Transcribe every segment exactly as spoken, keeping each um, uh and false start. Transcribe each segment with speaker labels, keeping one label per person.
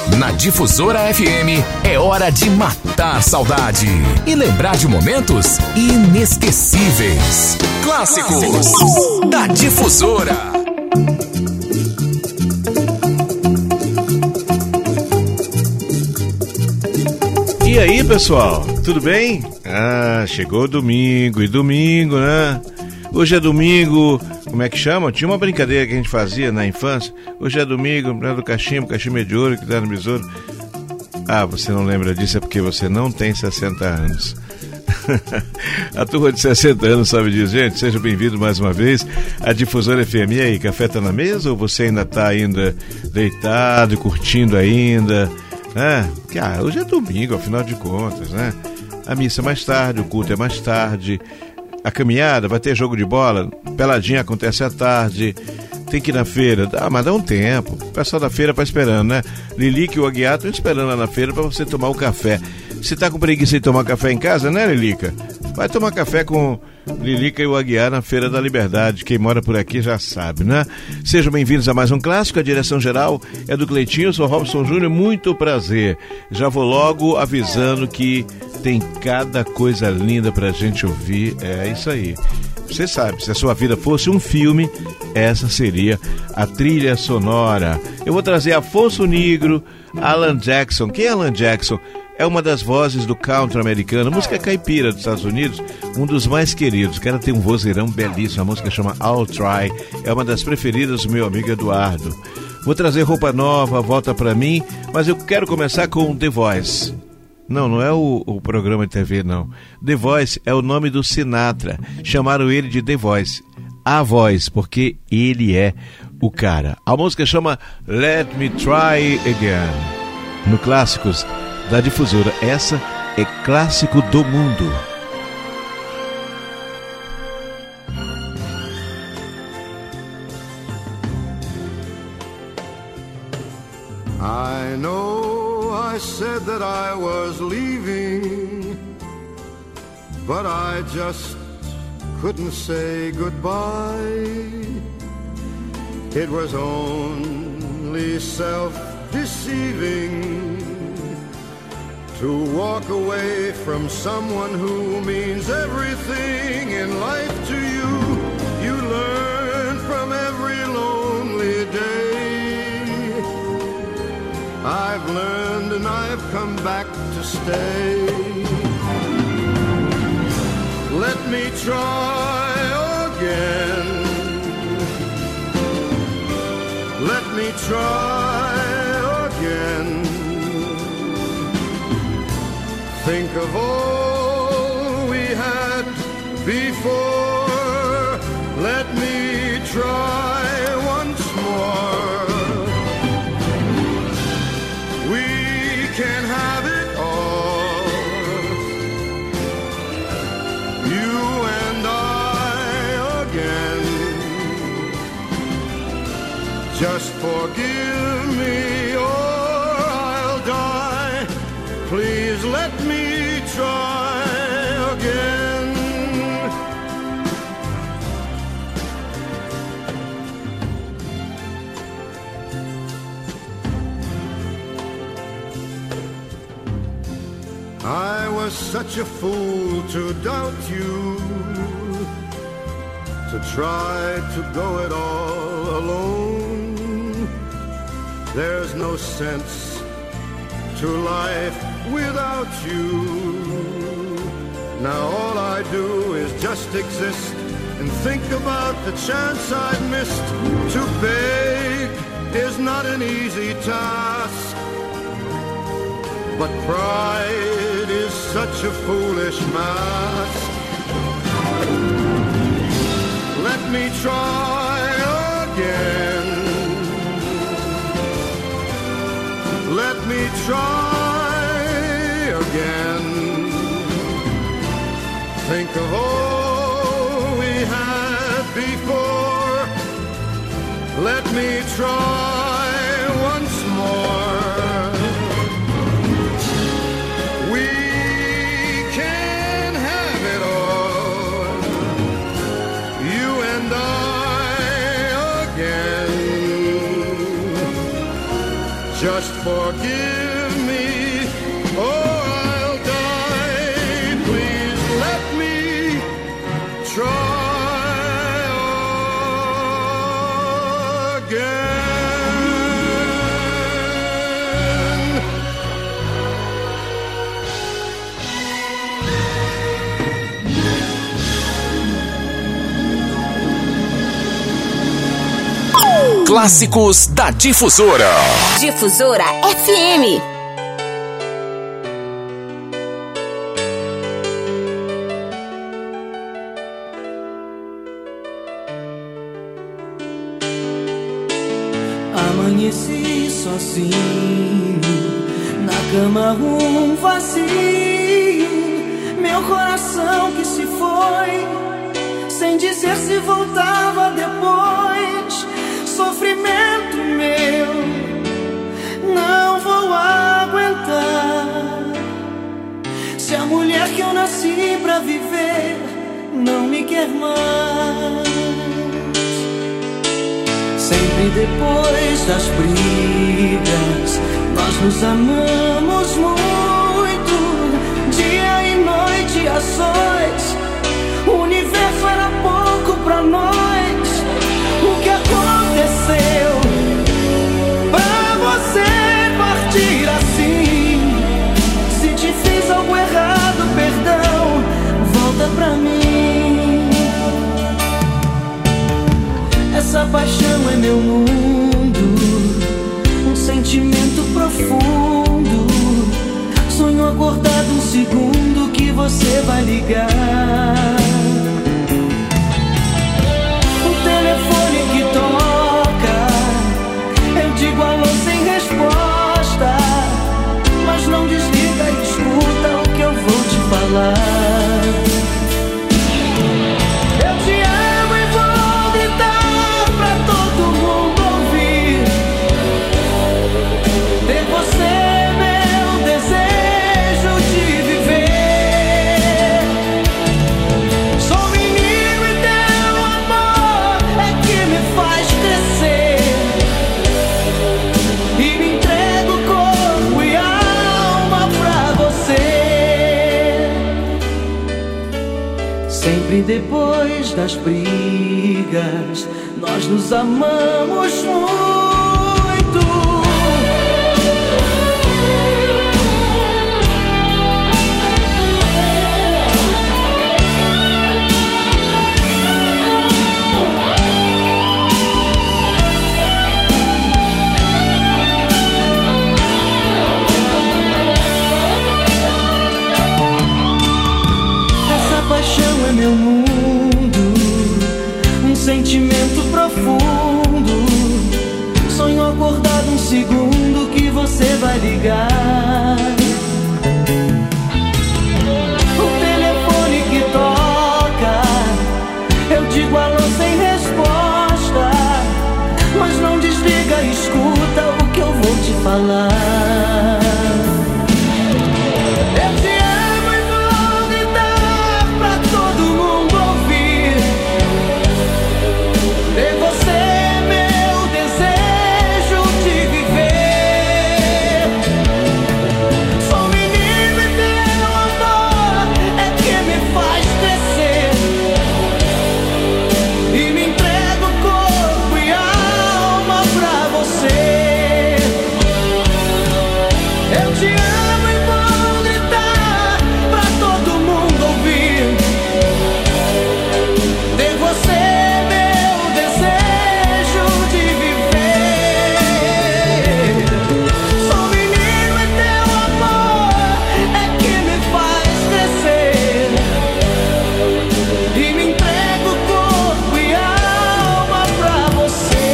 Speaker 1: Na Difusora F M é hora de matar saudade e lembrar de momentos inesquecíveis. Clássicos, Clássicos. Da Difusora.
Speaker 2: E aí, pessoal, tudo bem? Ah, chegou domingo, e domingo, né? Hoje é domingo, como é que chama? Tinha uma brincadeira que a gente fazia na infância. Hoje é domingo, né, do cachimbo, cachimbo é de ouro, que dá no besouro. Ah, você não lembra disso, é porque você não tem sessenta anos. A turma de sessenta anos sabe disso, gente. Seja bem-vindo mais uma vez à Difusora F M. E aí, café tá na mesa ou você ainda tá ainda deitado e curtindo ainda? É, que, ah, hoje é domingo, afinal de contas, né? A missa é mais tarde, o culto é mais tarde, a caminhada, vai ter jogo de bola, peladinha acontece à tarde, tem que ir na feira, ah, mas dá um tempo, o pessoal da feira vai esperando, né? Lilica e o Aguiar estão esperando lá na feira para você tomar o café. Você tá com preguiça de tomar café em casa, né, Lilica? Vai tomar café com Lilica e o Aguiar na Feira da Liberdade. Quem mora por aqui já sabe, né? Sejam bem-vindos a mais um clássico. A direção geral é do Cleitinho, eu sou Robson Júnior, muito prazer. Já vou logo avisando que tem cada coisa linda pra gente ouvir. É isso aí. Você sabe, se a sua vida fosse um filme, essa seria a trilha sonora. Eu vou trazer Afonso Negro, Alan Jackson. Quem é Alan Jackson? É uma das vozes do country americano, música caipira dos Estados Unidos, um dos mais queridos. O cara tem um vozeirão belíssimo, a música chama I'll Try, é uma das preferidas do meu amigo Eduardo. Vou trazer roupa nova, volta pra mim, mas eu quero começar com The Voice. Não, não é o, o programa de T V, não. The Voice é o nome do Sinatra, chamaram ele de The Voice, a voz, porque ele é o cara. A música chama Let Me Try Again, no Clássicos da Difusora. Essa é clássico do mundo.
Speaker 3: I know I said that I was leaving, but I just couldn't say goodbye. It was only self-deceiving to walk away from someone who means everything in life to you. You learn from every lonely day. I've learned and I've come back to stay. Let me try again. Let me try again. Think of all we had before. Let me try once more. We can have it all, you and I again. Just forgive me or I'll die. Please let me try again. I was such a fool to doubt you, to try to go it all alone. There's no sense to life without you. Now all I do is just exist and think about the chance I've missed. To beg is not an easy task, but pride is such a foolish mask. Let me try again. Let me try again. Think of all we had before. Let me try once more. We can have it all, you and I again. Just just forgive me, or I'll die. Please let me try again.
Speaker 1: Clássicos da Difusora.
Speaker 4: Difusora F M.
Speaker 5: Amanheci sozinho, na cama um vazio, meu coração que se foi, sem dizer se voltava depois. Sofrimento meu, não vou aguentar. Se a mulher que eu nasci pra viver não me quer mais. Sempre depois das brigas, nós nos amamos muito, dia e noite a sós. O universo era pouco pra nós. O que aconteceu pra você partir assim? Se te fiz algo errado, perdão, volta pra mim. Essa paixão é meu mundo, um sentimento profundo. Sonho acordado um segundo que você vai ligar. O telefone que toca, eu digo alô sem resposta, mas não desliga e escuta o que eu vou te falar. Eu te amo e vou gritar pra todo mundo ouvir. Ter você é meu desejo de viver. Sou menino e teu amor é que me faz crescer, e me entrego corpo e alma pra você. Sempre depois das brigas, nós nos amamos muito. Essa paixão é meu mundo, um sentimento profundo. Sonho acordado um segundo que você vai ligar. O telefone que toca, eu digo alô sem resposta, mas não desliga, escuta o que eu vou te falar. Eu te amo e vou gritar pra todo mundo ouvir. Ter você é meu desejo de viver. Sou menino e teu amor é que me faz crescer, e me entrego corpo e alma pra você. Eu te amo e vou gritar pra todo mundo ouvir. Ter você é meu desejo de viver. Sou menino e teu amor é que me faz crescer, e me entrego corpo e alma pra você.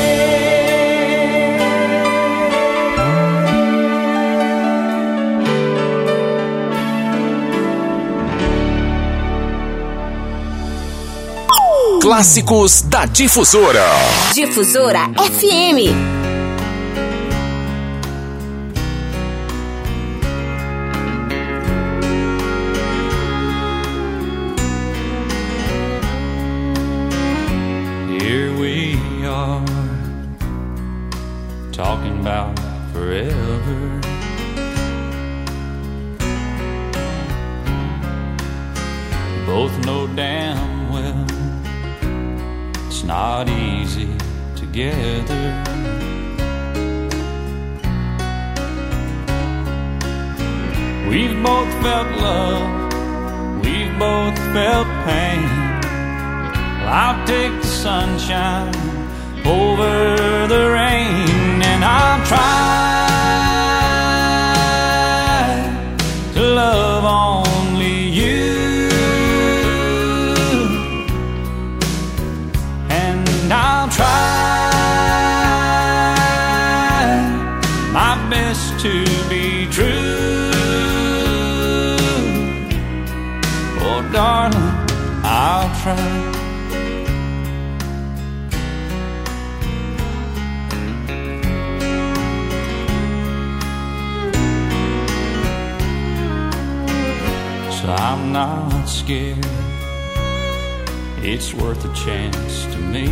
Speaker 1: Clássicos da Difusora.
Speaker 4: Difusora F M.
Speaker 6: Here we are, talking about forever. both know damn well it's not easy together. We've both felt love, we've both felt pain. Well, I'll take the sunshine over the rain, and I'll try to love only you, and I'll try my best to be true. Oh, darling, I'll try. I'm not scared, it's worth a chance to me.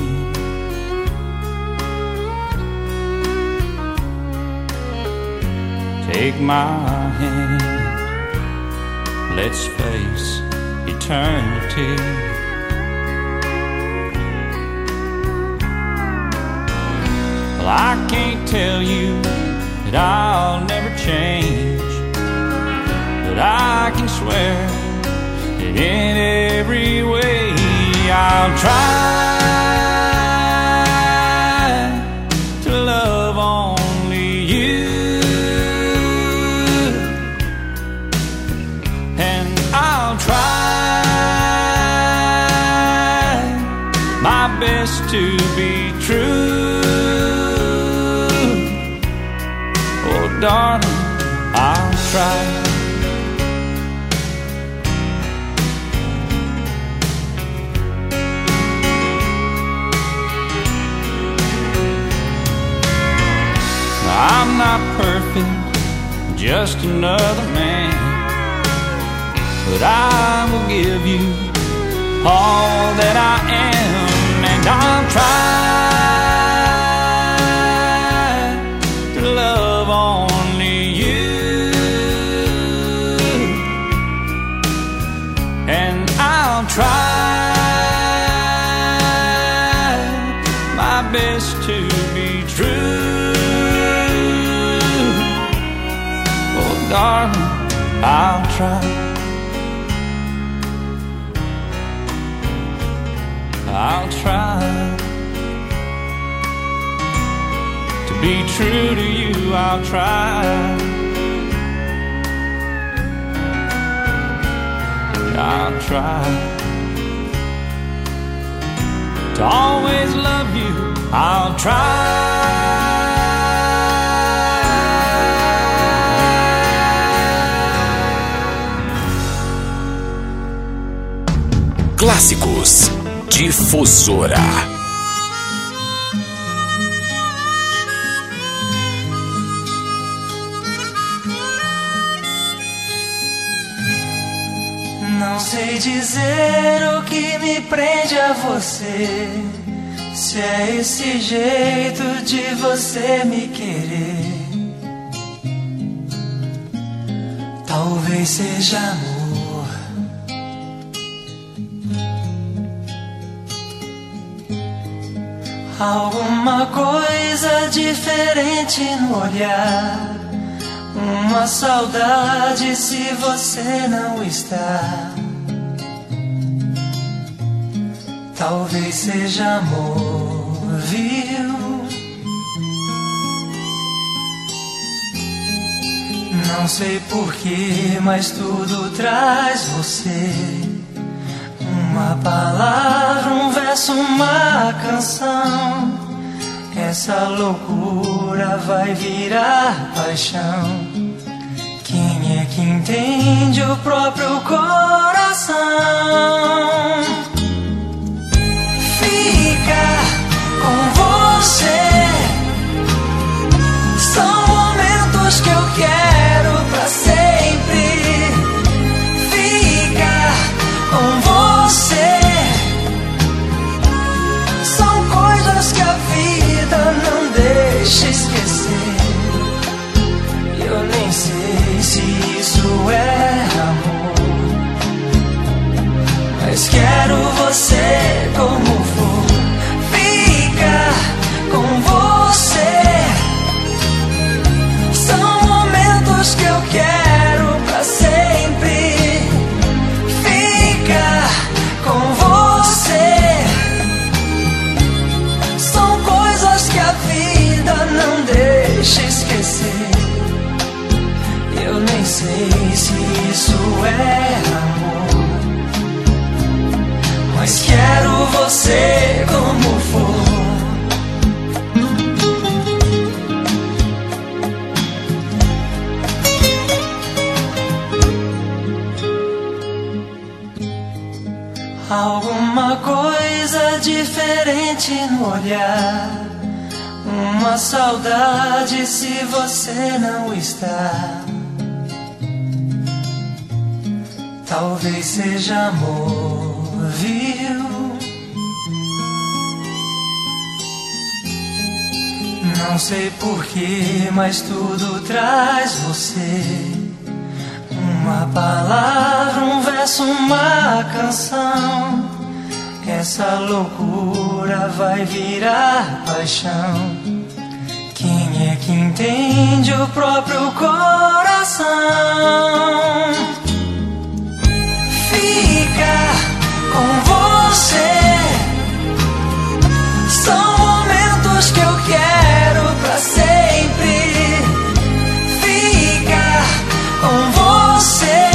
Speaker 6: Take my hand, let's face eternity. Well, I can't tell you that I'll never change, but I can swear that in every way I'll try to love only you, and I'll try my best to be true. Oh, darling, I'll try. I'm not perfect, just another man, but I will give you all that I am, and I'll try to love only you, and I'll try my best to be true. Darling, I'll try. I'll try to be true to you. I'll try. I'll try to always love you. I'll try.
Speaker 1: Clássicos Difusora.
Speaker 5: Não sei dizer o que me prende a você, se é esse jeito de você me querer. Talvez seja amor, alguma coisa diferente no olhar, uma saudade se você não está. Talvez seja amor, viu? Não sei porquê, mas tudo traz você. Uma palavra, um verso, uma canção. Essa loucura vai virar paixão. Quem é que entende o próprio coração? Ficar com você são momentos que eu quero pra sempre. Ficar com você são coisas que a vida não deixa esquecer. Eu nem sei se isso é amor. sei se isso é amor, mas quero você como for. Alguma coisa diferente no olhar, uma saudade se você não está. Talvez seja amor, viu? Não sei porquê, mas tudo traz você. Uma palavra, um verso, uma canção. Essa loucura vai virar paixão. Quem é que entende o próprio coração? Ficar com você são momentos que eu quero pra sempre. Ficar com você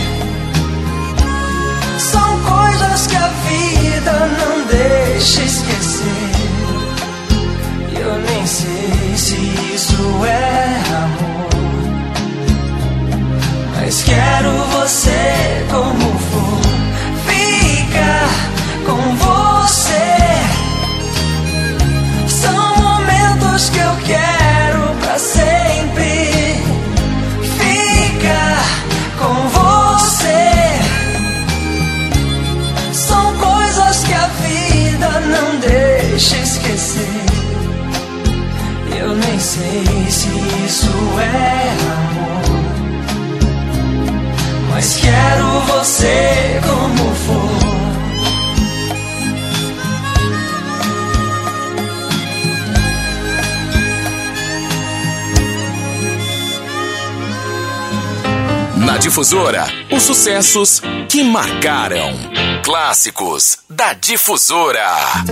Speaker 5: são coisas que a vida não deixa esquecer. Eu nem sei se isso é amor, mas quero você como for. Ficar com você são momentos que eu quero pra sempre. Ficar com você são coisas que a vida não deixa esquecer. Eu nem sei se isso é amor, mas quero você como for.
Speaker 1: Na Difusora, os sucessos que marcaram. Clássicos da Difusora.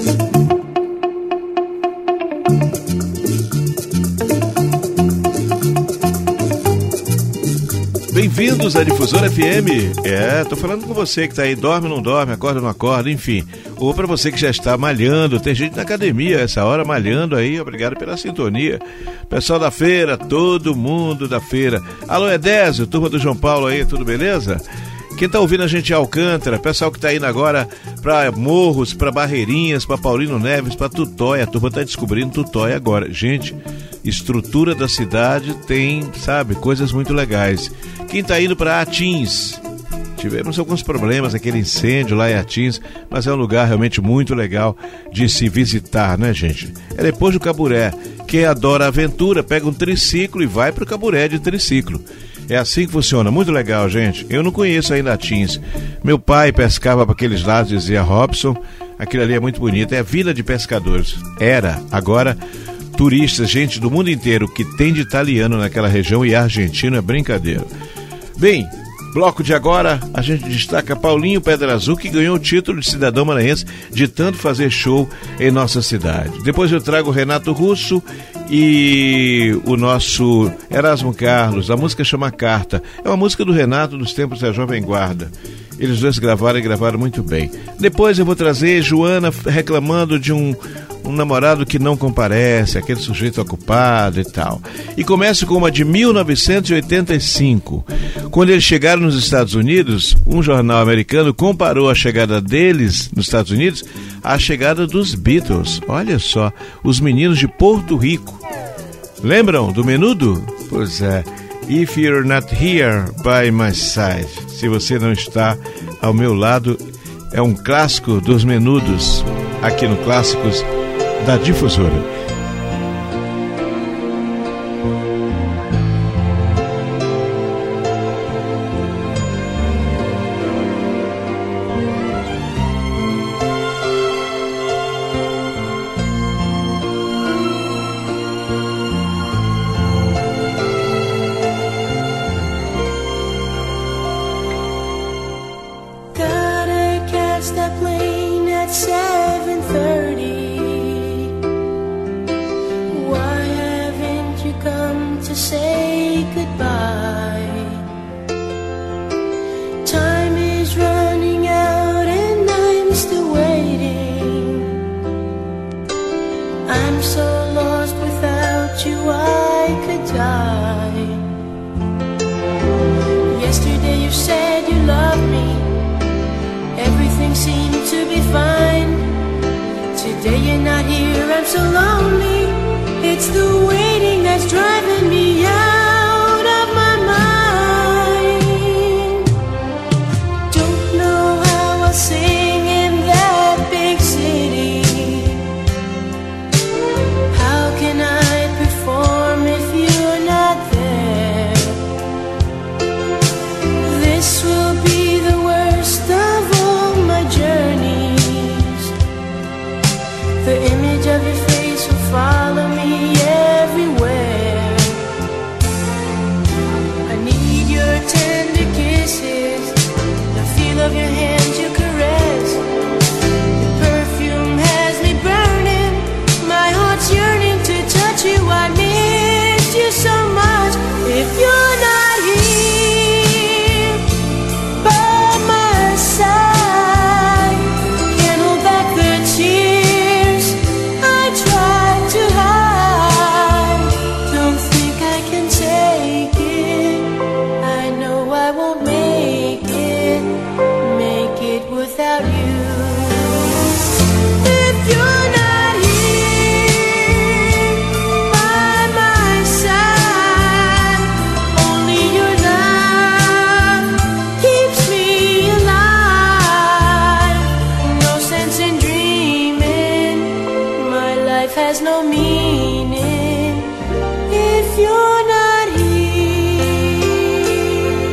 Speaker 2: Bem-vindos à Difusora F M. É, tô falando com você que tá aí, dorme ou não dorme, acorda ou não acorda, enfim. Ou para você que já está malhando, tem gente na academia essa hora malhando aí, obrigado pela sintonia. Pessoal da feira, todo mundo da feira. Alô, Edésio, turma do João Paulo aí, tudo beleza? Quem tá ouvindo a gente é Alcântara, pessoal que tá indo agora pra Morros, pra Barreirinhas, pra Paulino Neves, pra Tutóia, a turma tá descobrindo Tutóia agora. Gente, estrutura da cidade tem, sabe, coisas muito legais. Quem tá indo pra Atins, tivemos alguns problemas, aquele incêndio lá em Atins, mas é um lugar realmente muito legal de se visitar, né, gente? É depois do Caburé. Quem adora aventura, pega um triciclo e vai pro Caburé de triciclo. É assim que funciona, muito legal, gente. Eu não conheço ainda Atins. Meu pai pescava para aqueles lados, dizia Robson. Aquilo ali é muito bonito, é a Vila de Pescadores. Era, agora, turistas, gente do mundo inteiro que tem de italiano naquela região e argentino, é brincadeira. Bem, bloco de agora, a gente destaca Paulinho Pedra Azul, que ganhou o título de cidadão maranhense de tanto fazer show em nossa cidade. Depois eu trago o Renato Russo e o nosso Erasmo Carlos. A música chama Carta. É uma música do Renato dos tempos da Jovem Guarda. Eles dois gravaram e gravaram muito bem. Depois eu vou trazer Joana reclamando de um, um namorado que não comparece, aquele sujeito ocupado e tal. E começo com uma de mil novecentos e oitenta e cinco. Quando eles chegaram nos Estados Unidos, um jornal americano comparou a chegada deles nos Estados Unidos à chegada dos Beatles. Olha só, os meninos de Porto Rico. Lembram do Menudo? Pois é. If you're not here by my side. Se você não está ao meu lado, é um clássico dos Menudos, aqui no Clássicos da Difusora.
Speaker 7: you said you loved me, everything seemed to be fine. Today you're not here, I'm so lonely. It's the waiting that's driving me out of my mind. Don't know how I'll sing in that big city. How can I perform if you're not there? This will be the worst of all my journeys. The image of your face will follow me everywhere. I need your tender kisses, the feel of your hands you caress. Your perfume has me burning, my heart's yearning to touch you. I miss you so much. If you're not here by my side, can't hold back the tears I tried to hide. Don't think I can take it, I know I won't make it, make it without you. If you're not here by my side, only your love keeps me alive. No sense in dreaming, my life has no meaning if you're not here.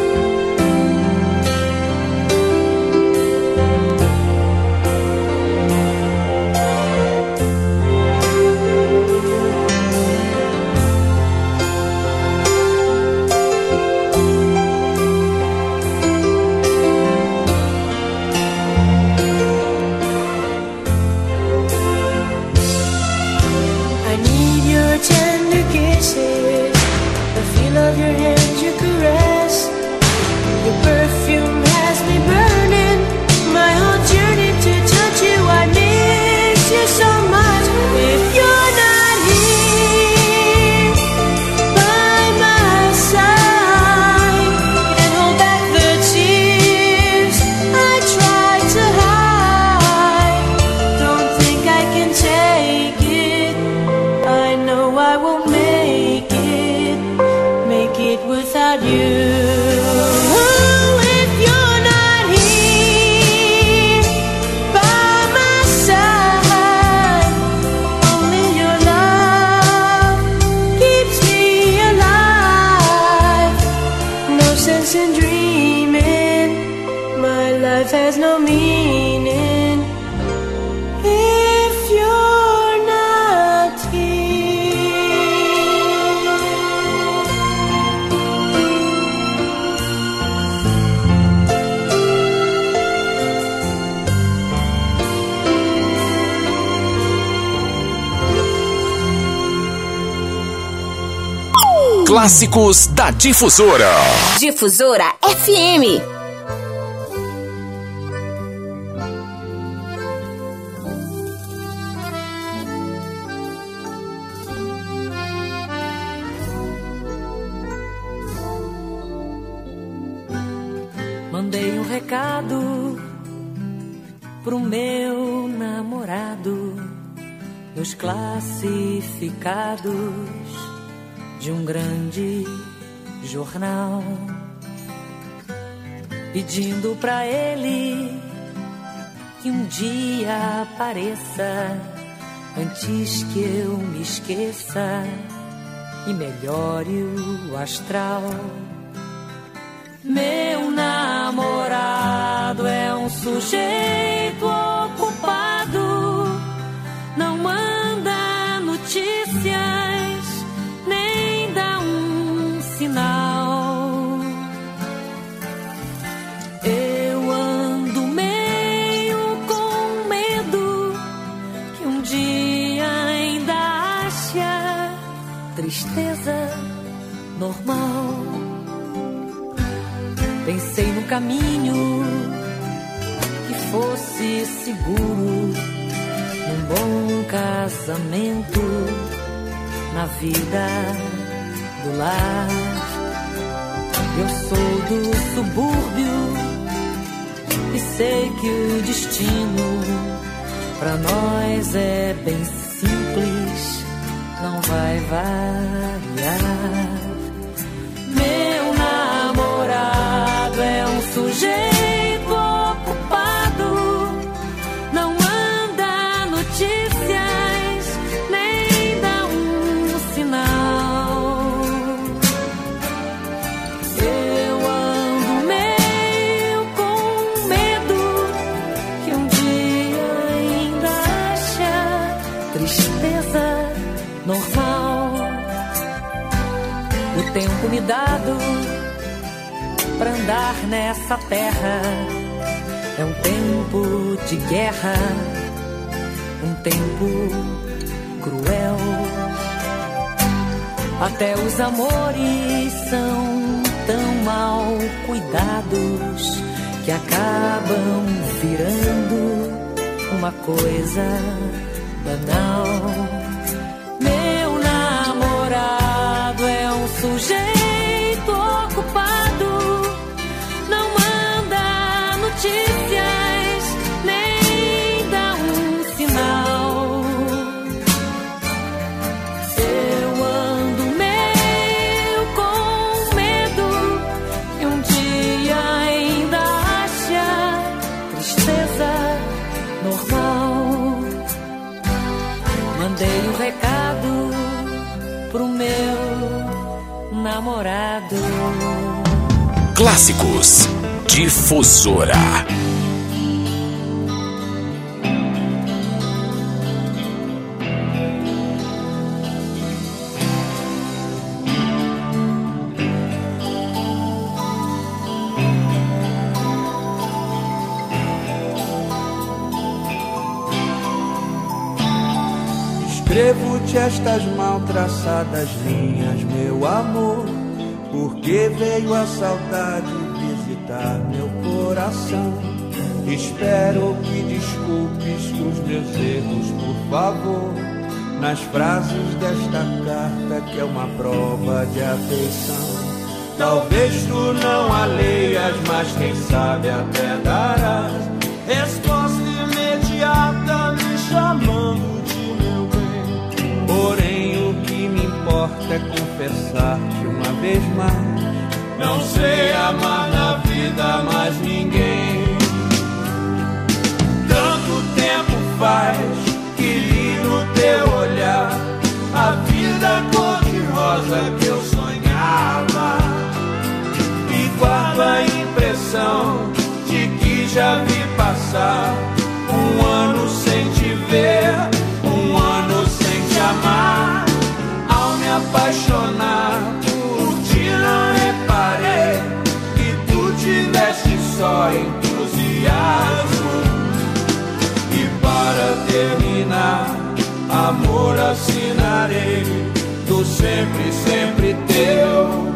Speaker 7: I need your tender kisses, the feel of your hands you caress. Your perfume has me burning, my heart's yearning to touch you. I miss you so much. If you're not here by my side, can't hold back the tears I tried to hide. Don't think I can take it, I know I won't make it, make it without you. If you're not here by my side, only your love keeps me alive. No sense in dreaming, my life has no meaning if you're not here.
Speaker 1: Clássicos da Difusora.
Speaker 4: Difusora F M.
Speaker 8: Mandei um recado pro meu namorado nos classificados de um grande jornal, pedindo pra ele que um dia apareça antes que eu me esqueça e melhore o astral. Meu namorado é um sujeito ocupado, não manda notícias, nem dá um sinal. Eu ando meio com medo que um dia ainda ache tristeza normal. Pensei no caminho que fosse seguro, num bom casamento, na vida do lar. Eu sou do subúrbio e sei que o destino pra nós é bem simples, não vai variar. Meu namorado é um sujeito ocupado, não manda notícias, nem dá um sinal. Eu ando meio com medo que um dia ainda acha tristeza normal. O tempo me dado pra andar nessa terra é um tempo de guerra, um tempo cruel. Até os amores são tão mal cuidados que acabam virando uma coisa banal. Meu namorado é um sujeito ocupado, não manda notícias, nem dá um sinal. Eu ando meio com medo que um dia ainda acha tristeza normal. Mandei o recado pro meu namorado.
Speaker 1: Clássicos Difusora.
Speaker 9: Escrevo-te estas mal traçadas linhas, meu amor, porque veio a saudade visitar meu coração. Espero que desculpes os meus erros, por favor, nas frases desta carta que é uma prova de afeição. Talvez tu não a leias, mas quem sabe até darás resposta imediata me chamando. Porém o que me importa é confessar-te uma vez mais, não sei amar na vida mais ninguém. Tanto tempo faz que li no teu olhar a vida cor-de-rosa que eu sonhava, e guardo a impressão de que já vi passar um ano sem te ver, um ano sem te amar. Ao me apaixonar por ti não reparei que tu tiveste só entusiasmo. E para terminar, amor assinarei do sempre, sempre teu.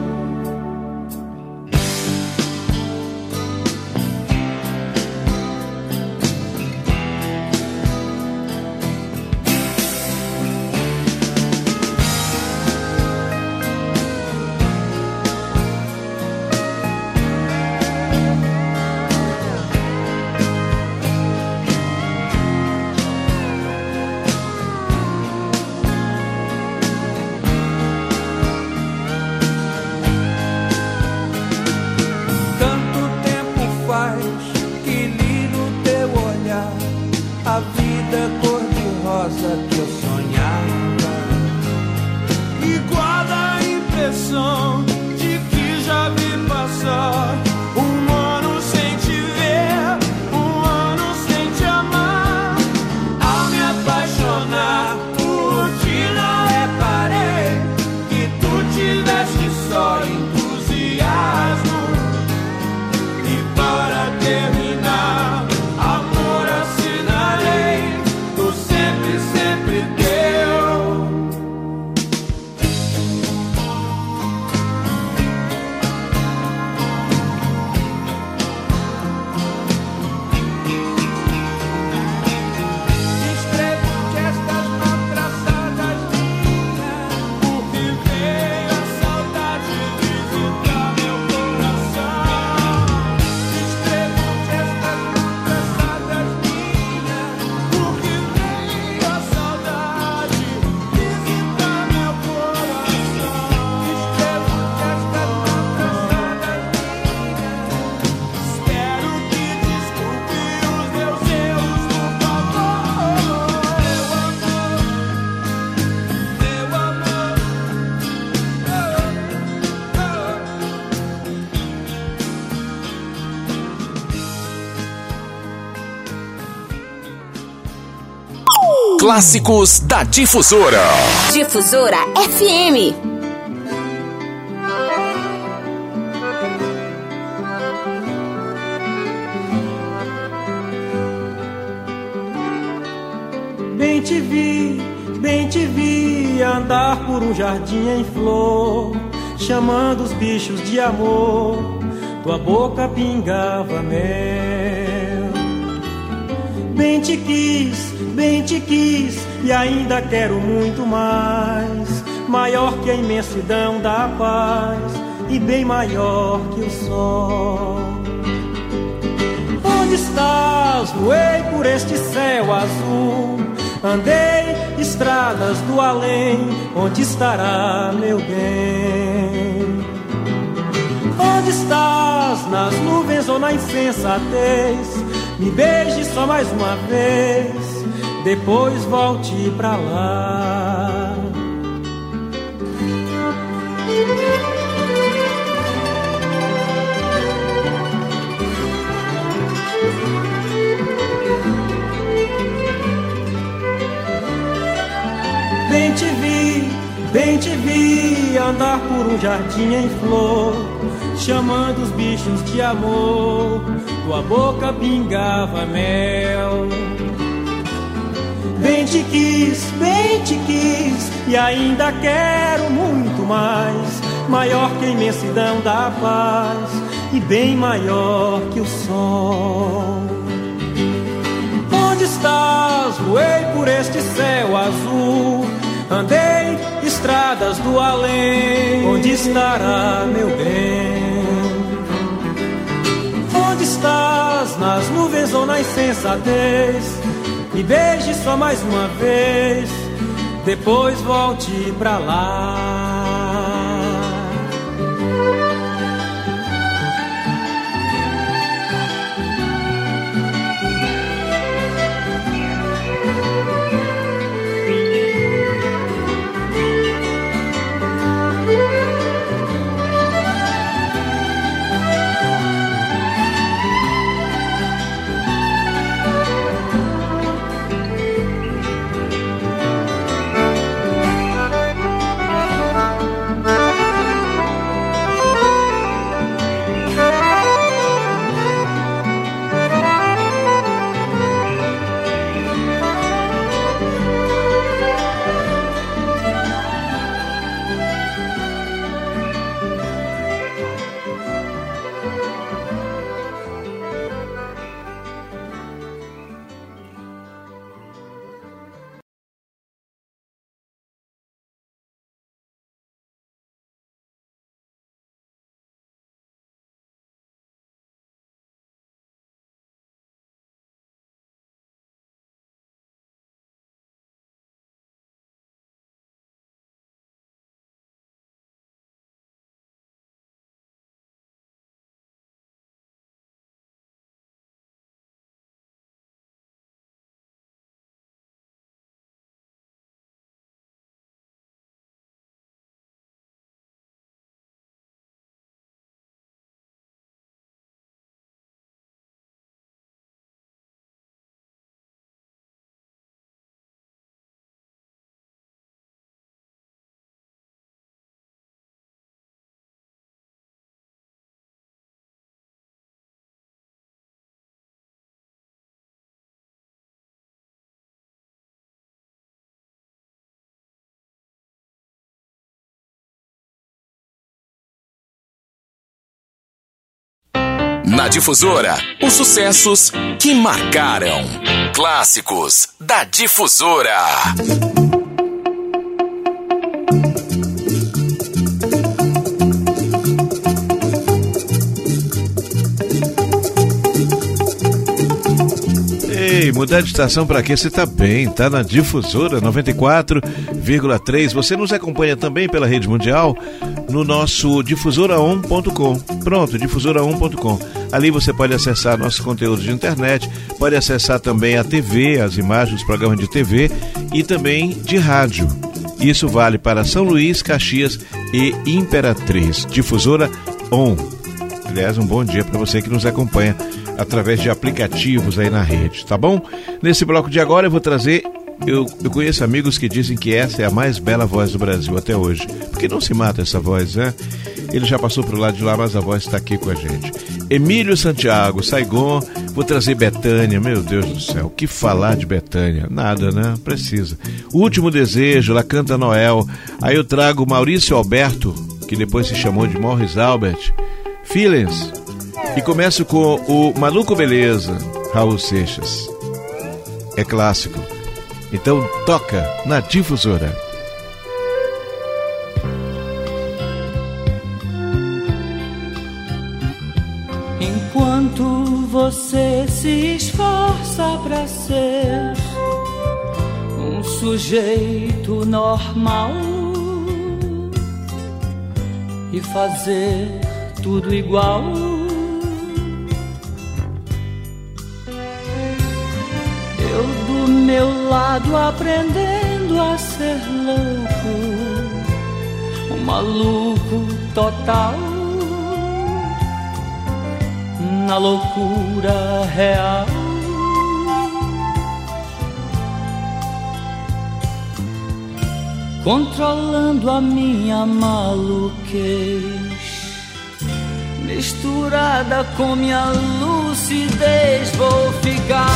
Speaker 1: Clássicos da Difusora.
Speaker 4: Difusora F M.
Speaker 5: Bem te vi, bem te vi andar por um jardim em flor, chamando os bichos de amor, tua boca pingava mel. Bem te quis, bem te quis e ainda quero muito mais, maior que a imensidão da paz e bem maior que o sol. Onde estás? Voei por este céu azul, andei estradas do além, onde estará meu bem? Onde estás? Nas nuvens ou na insensatez? Me beije só mais uma vez, depois volte pra lá. Bem te vi, bem te vi andar por um jardim em flor, chamando os bichos de amor, tua boca pingava mel. Bem te quis, bem te quis e ainda quero muito mais, maior que a imensidão da paz e bem maior que o sol. Onde estás? Voei por este céu azul, andei estradas do além, onde estará meu bem? Onde estás? Nas nuvens ou na insensatez? Me beije só mais uma vez, depois volte pra lá.
Speaker 1: Na Difusora, os sucessos que marcaram. Clássicos da Difusora.
Speaker 2: Ei, mudar de estação pra quê? Você tá bem, tá na Difusora noventa e quatro vírgula três. Você nos acompanha também pela rede mundial no nosso difusora on ponto com. Pronto, difusora on ponto com. Ali você pode acessar nossos conteúdos de internet, pode acessar também a T V, as imagens dos programas de T V e também de rádio. Isso vale para São Luís, Caxias e Imperatriz. Difusora On. Aliás, um bom dia para você que nos acompanha através de aplicativos aí na rede, tá bom? Nesse bloco de agora eu vou trazer eu, eu conheço amigos que dizem que essa é a mais bela voz do Brasil até hoje. Porque não se mata essa voz, né? Ele já passou pro lado de lá, mas a voz está aqui com a gente. Emílio Santiago, Saigon, vou trazer Bethânia, meu Deus do céu, o que falar de Bethânia? Nada, né? Precisa. Último Desejo, ela canta Noel. Aí eu trago Maurício Alberto, que depois se chamou de Morris Albert, Feelings. E começo com o Maluco Beleza, Raul Seixas. É clássico. Então toca na Difusora.
Speaker 8: Enquanto você se esforça pra ser um sujeito normal e fazer tudo igual, eu do meu lado aprendendo a ser louco, um maluco total, na loucura real. Controlando a minha maluquez, misturada com minha lucidez, vou ficar,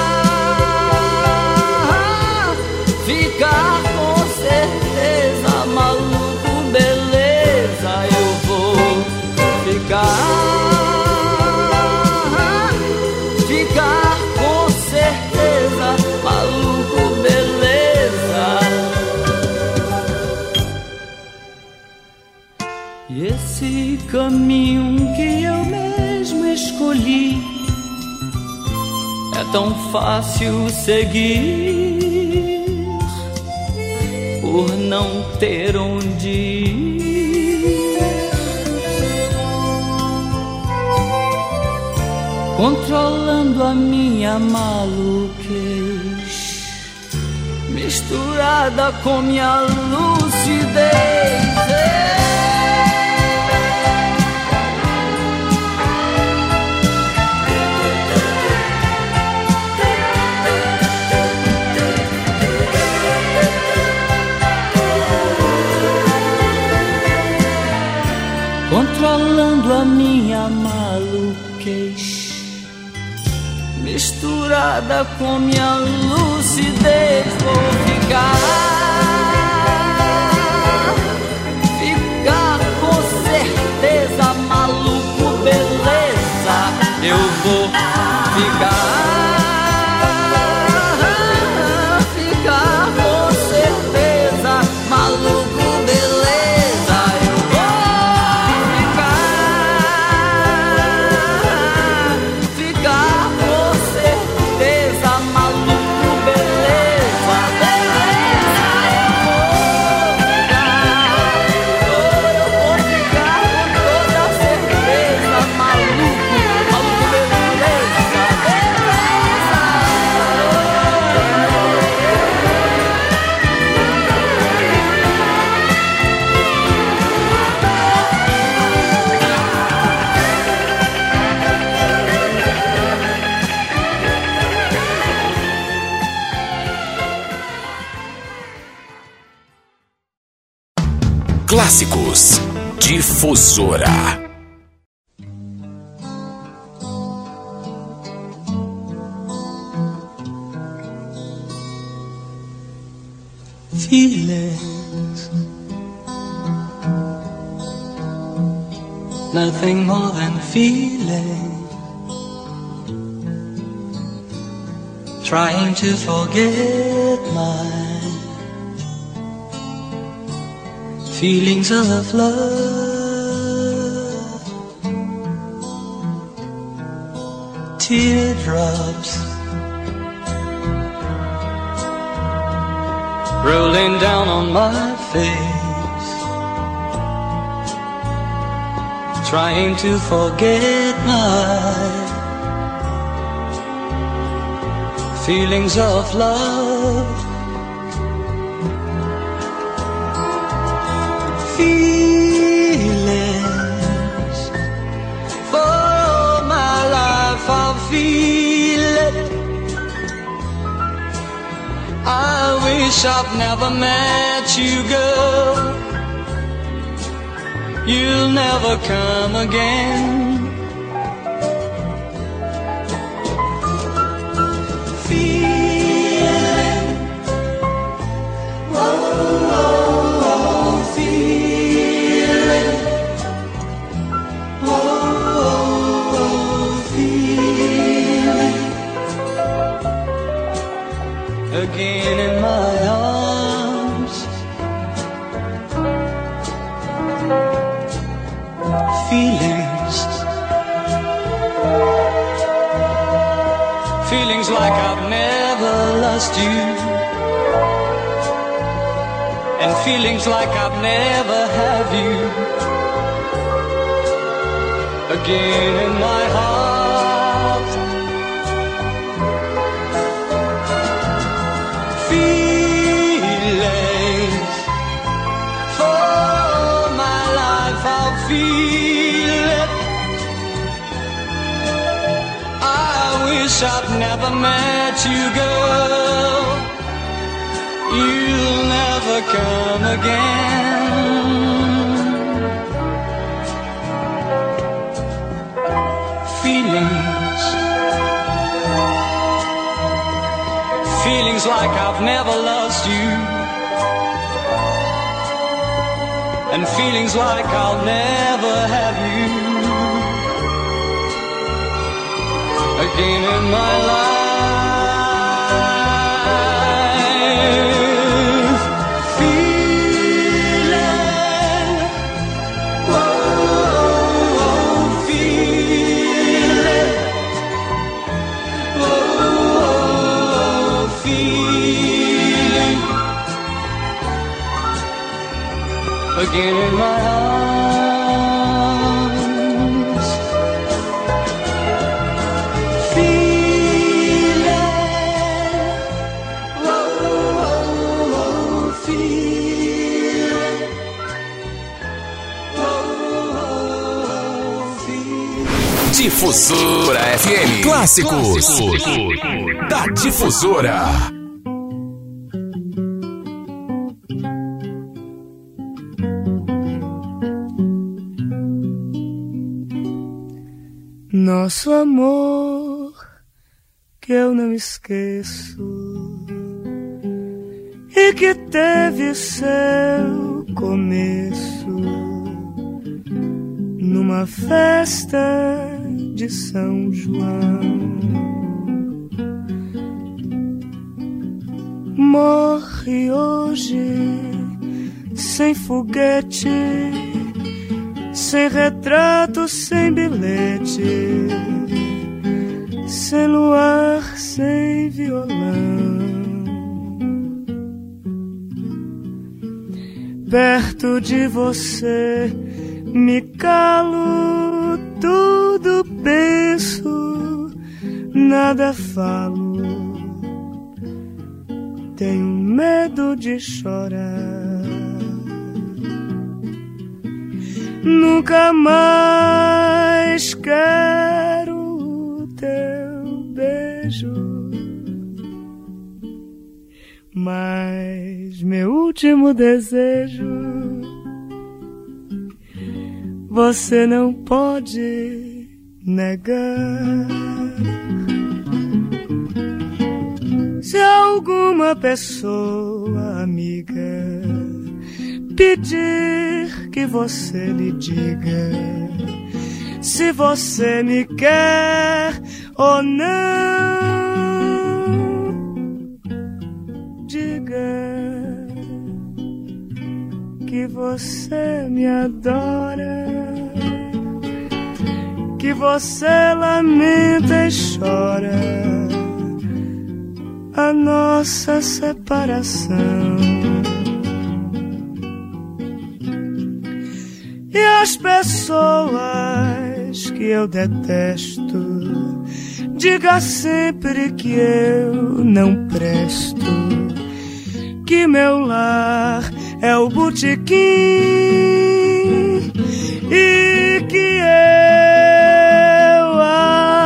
Speaker 8: ficar com certeza, maluco beleza, eu vou ficar. E esse caminho que eu mesmo escolhi é tão fácil seguir, por não ter onde ir. Controlando a minha maluquez, misturada com minha lucidez. Controlando a minha maluquez, misturada com minha lucidez, vou ficar, ficar com certeza, maluco beleza, eu vou ficar, ficar com certeza, maluco beleza.
Speaker 1: Clássicos Difusora.
Speaker 5: Feelings, nothing more than feeling, trying to forget my feelings of love, teardrops rolling down on my face, trying to forget my feelings of love. Feelings, for all my life I'll feel it. I
Speaker 8: wish I've never met you, girl. You'll never come again. Feeling, oh, oh, oh, feeling, oh, oh, oh, feeling, again in my arms. Feelings, feelings like I've never lost you, and feelings like I've never had you, again in my heart. Feelings, for my life I'll feel it. I wish I'd never met you, girl. You'll never come again. Feelings, feelings like I've never lost you, and feelings like I'll never have you again in my life. Feeling, oh, oh, feeling, oh, oh, feeling, again in my arms.
Speaker 1: Difusora F M. Clássicos, Clássicos da Difusora.
Speaker 5: Nosso amor que eu não esqueço e que teve seu começo numa festa de São João. Morre hoje sem foguete, sem retrato, sem bilhete, sem luar, sem violão. Perto de você me calo, tudo penso, nada falo. Tenho medo de chorar. Nunca mais quero o teu beijo, mas meu último desejo você não pode negar. Se alguma pessoa amiga pedir que você lhe diga se você me quer ou não, diga que você me adora, que você lamenta e chora a nossa separação. E as pessoas que eu detesto, diga sempre que eu não presto, que meu lar é o botequim e que eu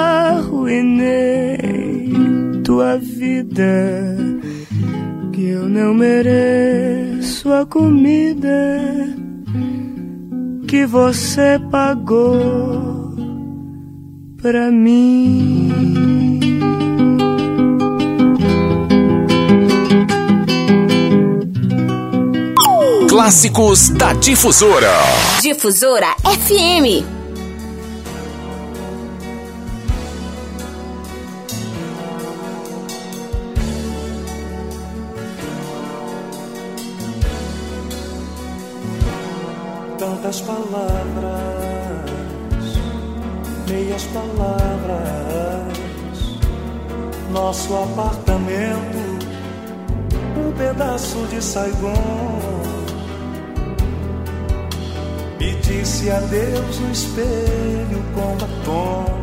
Speaker 5: arruinei tua vida, que eu não mereço a comida que você pagou pra mim.
Speaker 1: Clássicos da Difusora.
Speaker 4: Difusora F M.
Speaker 9: Tantas palavras, meias palavras, nosso apartamento, um pedaço de Saigon. Me disse adeus no espelho com batom.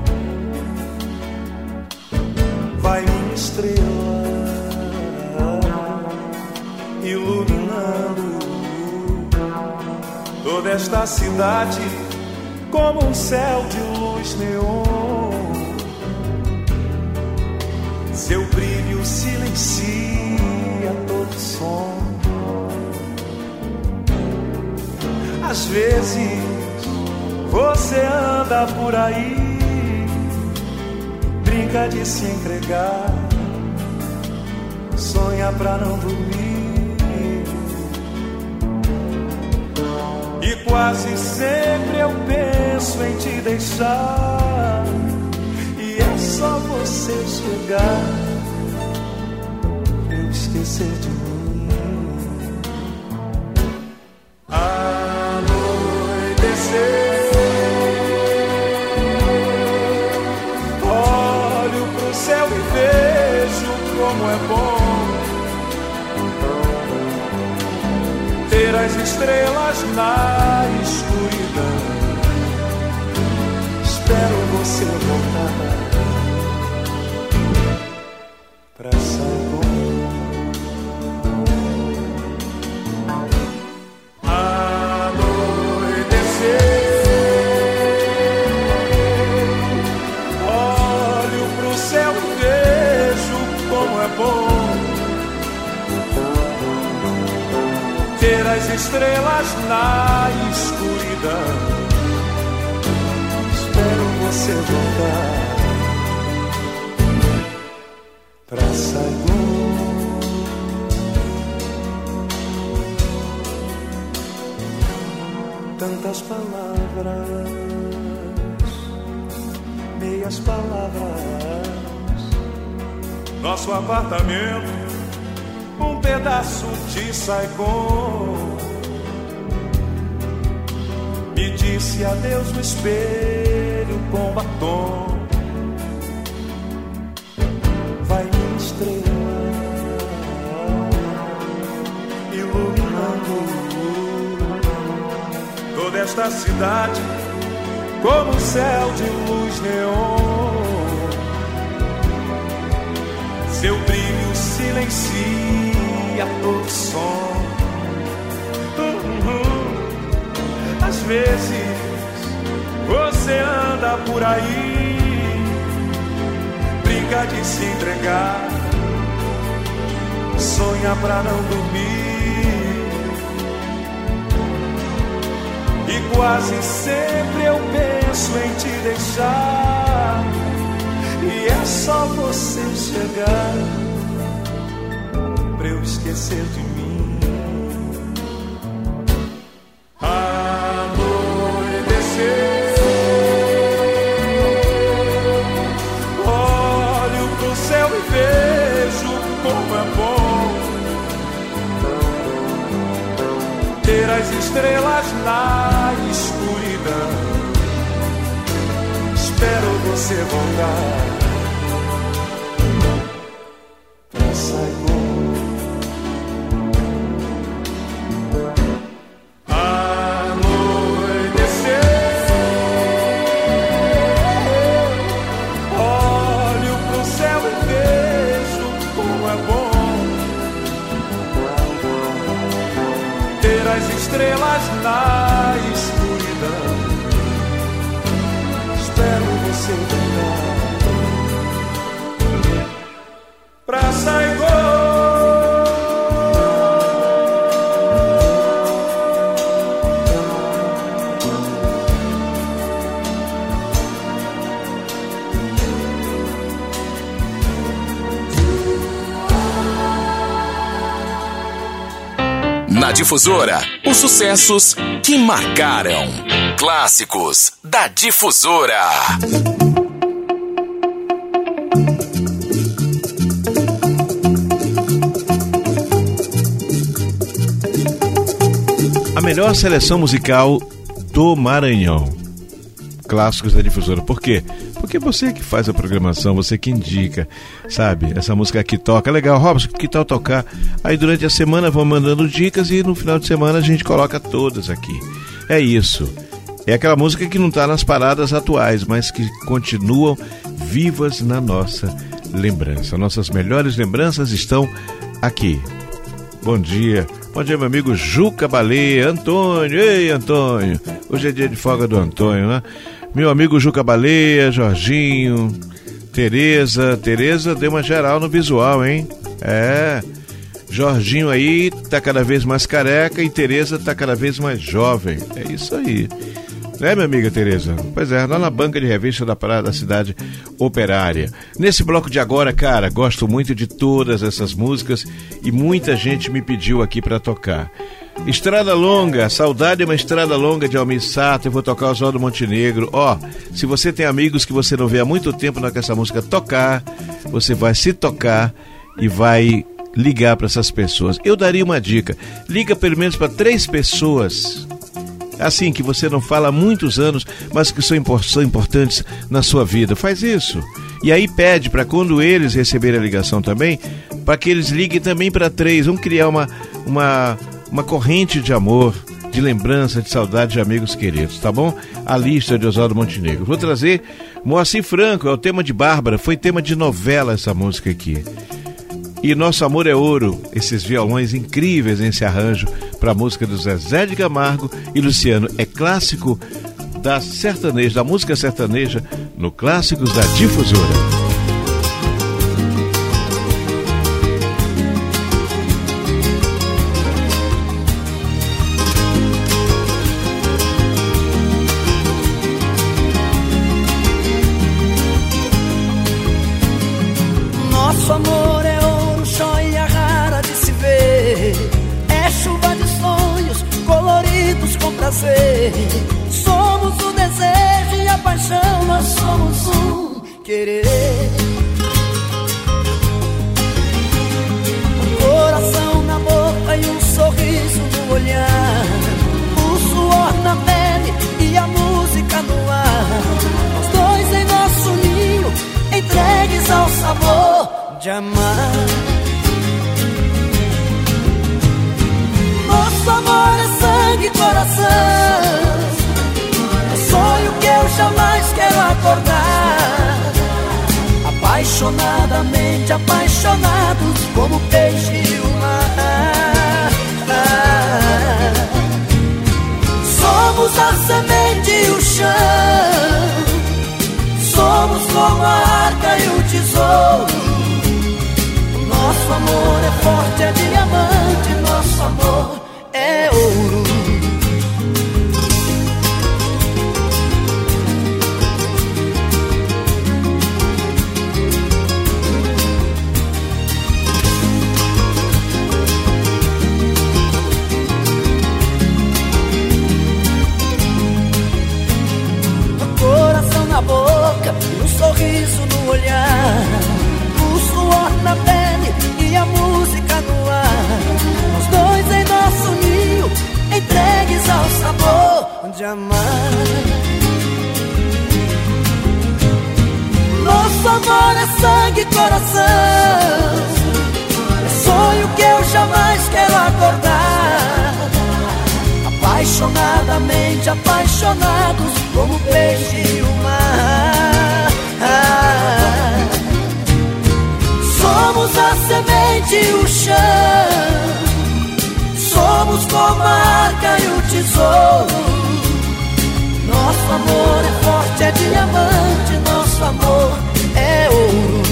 Speaker 9: Vai minha estrela, iluminando toda esta cidade como um céu de luz neon. Seu brilho silencia todo som. Às vezes você anda por aí, brinca de se entregar, sonha pra não dormir. E quase sempre eu penso em te deixar, e é só você chegar pra eu esquecer de mim. Olho pro céu e vejo como é bom ter as estrelas na escuridão. Espero você voltar pra Saigon. Ter as estrelas na escuridão. Espero você voltar pra Saigon. Tantas palavras, meias palavras, nosso apartamento, um pedaço de Saigon. Me disse adeus no espelho com batom. Vai minha estrela, iluminando toda esta cidade como um céu de luz neon. Seu brilho silencia todo som. Uhum. Às vezes você anda por aí, brinca de se entregar, sonha pra não dormir. E quase sempre eu penso em te deixar, e é só você chegar pra eu esquecer de mim. As estrelas na escuridão. Espero você voltar pra Saigon. Anoitecer, olho pro céu e vejo como é bom ter as estrelas na escuridão. Espero você voltar pra Saigon.
Speaker 1: Na Difusora, os sucessos que marcaram. Clássicos da Difusora.
Speaker 2: A melhor seleção musical do Maranhão. Clássicos da Difusora. Por quê? Porque você que faz a programação, você que indica, sabe? Essa música aqui toca, legal, Robson, que tal tocar? Aí durante a semana vão mandando dicas e no final de semana a gente coloca todas aqui. É isso. É aquela música que não está nas paradas atuais, mas que continuam vivas na nossa lembrança. Nossas melhores lembranças estão aqui. Bom dia. Bom dia, meu amigo Juca Baleia, Antônio. Ei, Antônio. Hoje é dia de folga do Antônio, né? Meu amigo Juca Baleia, Jorginho, Tereza. Tereza deu uma geral no visual, hein? É. Jorginho aí tá cada vez mais careca e Tereza tá cada vez mais jovem. É isso aí. É, minha amiga Tereza? Pois é, lá na banca de revista da Parada da Cidade Operária. Nesse bloco de agora, cara, gosto muito de todas essas músicas e muita gente me pediu aqui pra tocar. Estrada Longa, Saudade é uma Estrada Longa de Almir Sater, eu vou tocar Oswaldo Montenegro. Ó, se você tem amigos que você não vê há muito tempo na que essa música tocar, você vai se tocar e vai ligar para essas pessoas. Eu daria uma dica, liga pelo menos para três pessoas, assim, que você não fala há muitos anos, mas que são, import- são importantes na sua vida. Faz isso. E aí pede para quando eles receberem a ligação também, para que eles liguem também para três. Vamos criar uma, uma, uma corrente de amor, de lembrança, de saudade de amigos queridos, tá bom? A lista de Oswaldo Montenegro. Vou trazer Moacir Franco, é o tema de Bárbara, foi tema de novela essa música aqui. E Nosso Amor é Ouro, esses violões incríveis nesse arranjo para a música do Zezé de Camargo e Luciano. É clássico da sertaneja, da música sertaneja, no Clássicos da Difusora.
Speaker 5: Nosso amor é ouro, joia rara de se ver. É chuva de sonhos coloridos com prazer. Somos o desejo e a paixão, nós somos um querer. Um coração na boca e um sorriso no olhar. O suor na pele e a música no ar. Os dois em nosso ninho, entregues ao sabor de amar. Nosso amor é sangue e coração. É sonho que eu jamais quero acordar. Apaixonadamente apaixonados como peixe e o mar. Somos a semente e o chão. Somos como a arca e o tesouro. Nosso amor é forte, é diamante. Nosso amor é ouro. O coração na boca e um sorriso no olhar. O suor na pele e a música no ar. Os dois em nosso ninho, entregues ao sabor de amar. Nosso amor é sangue e coração. É sonho que eu jamais quero acordar. Apaixonadamente apaixonados como peixe e o mar. Somos a semente e o chão. Somos como a arca e o tesouro. Nosso amor é forte, é diamante. Nosso amor é ouro.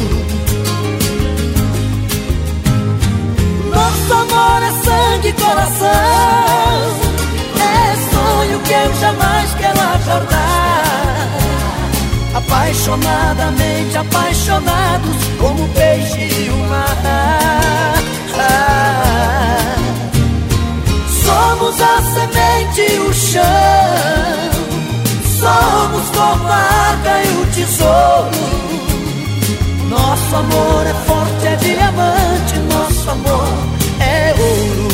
Speaker 5: Nosso amor é sangue e coração. É sonho que eu jamais quero acordar. Apaixonadamente apaixonados como peixe e o mar. Somos a semente e o chão, somos como a água e o tesouro. Nosso amor é forte, é diamante, nosso amor é ouro.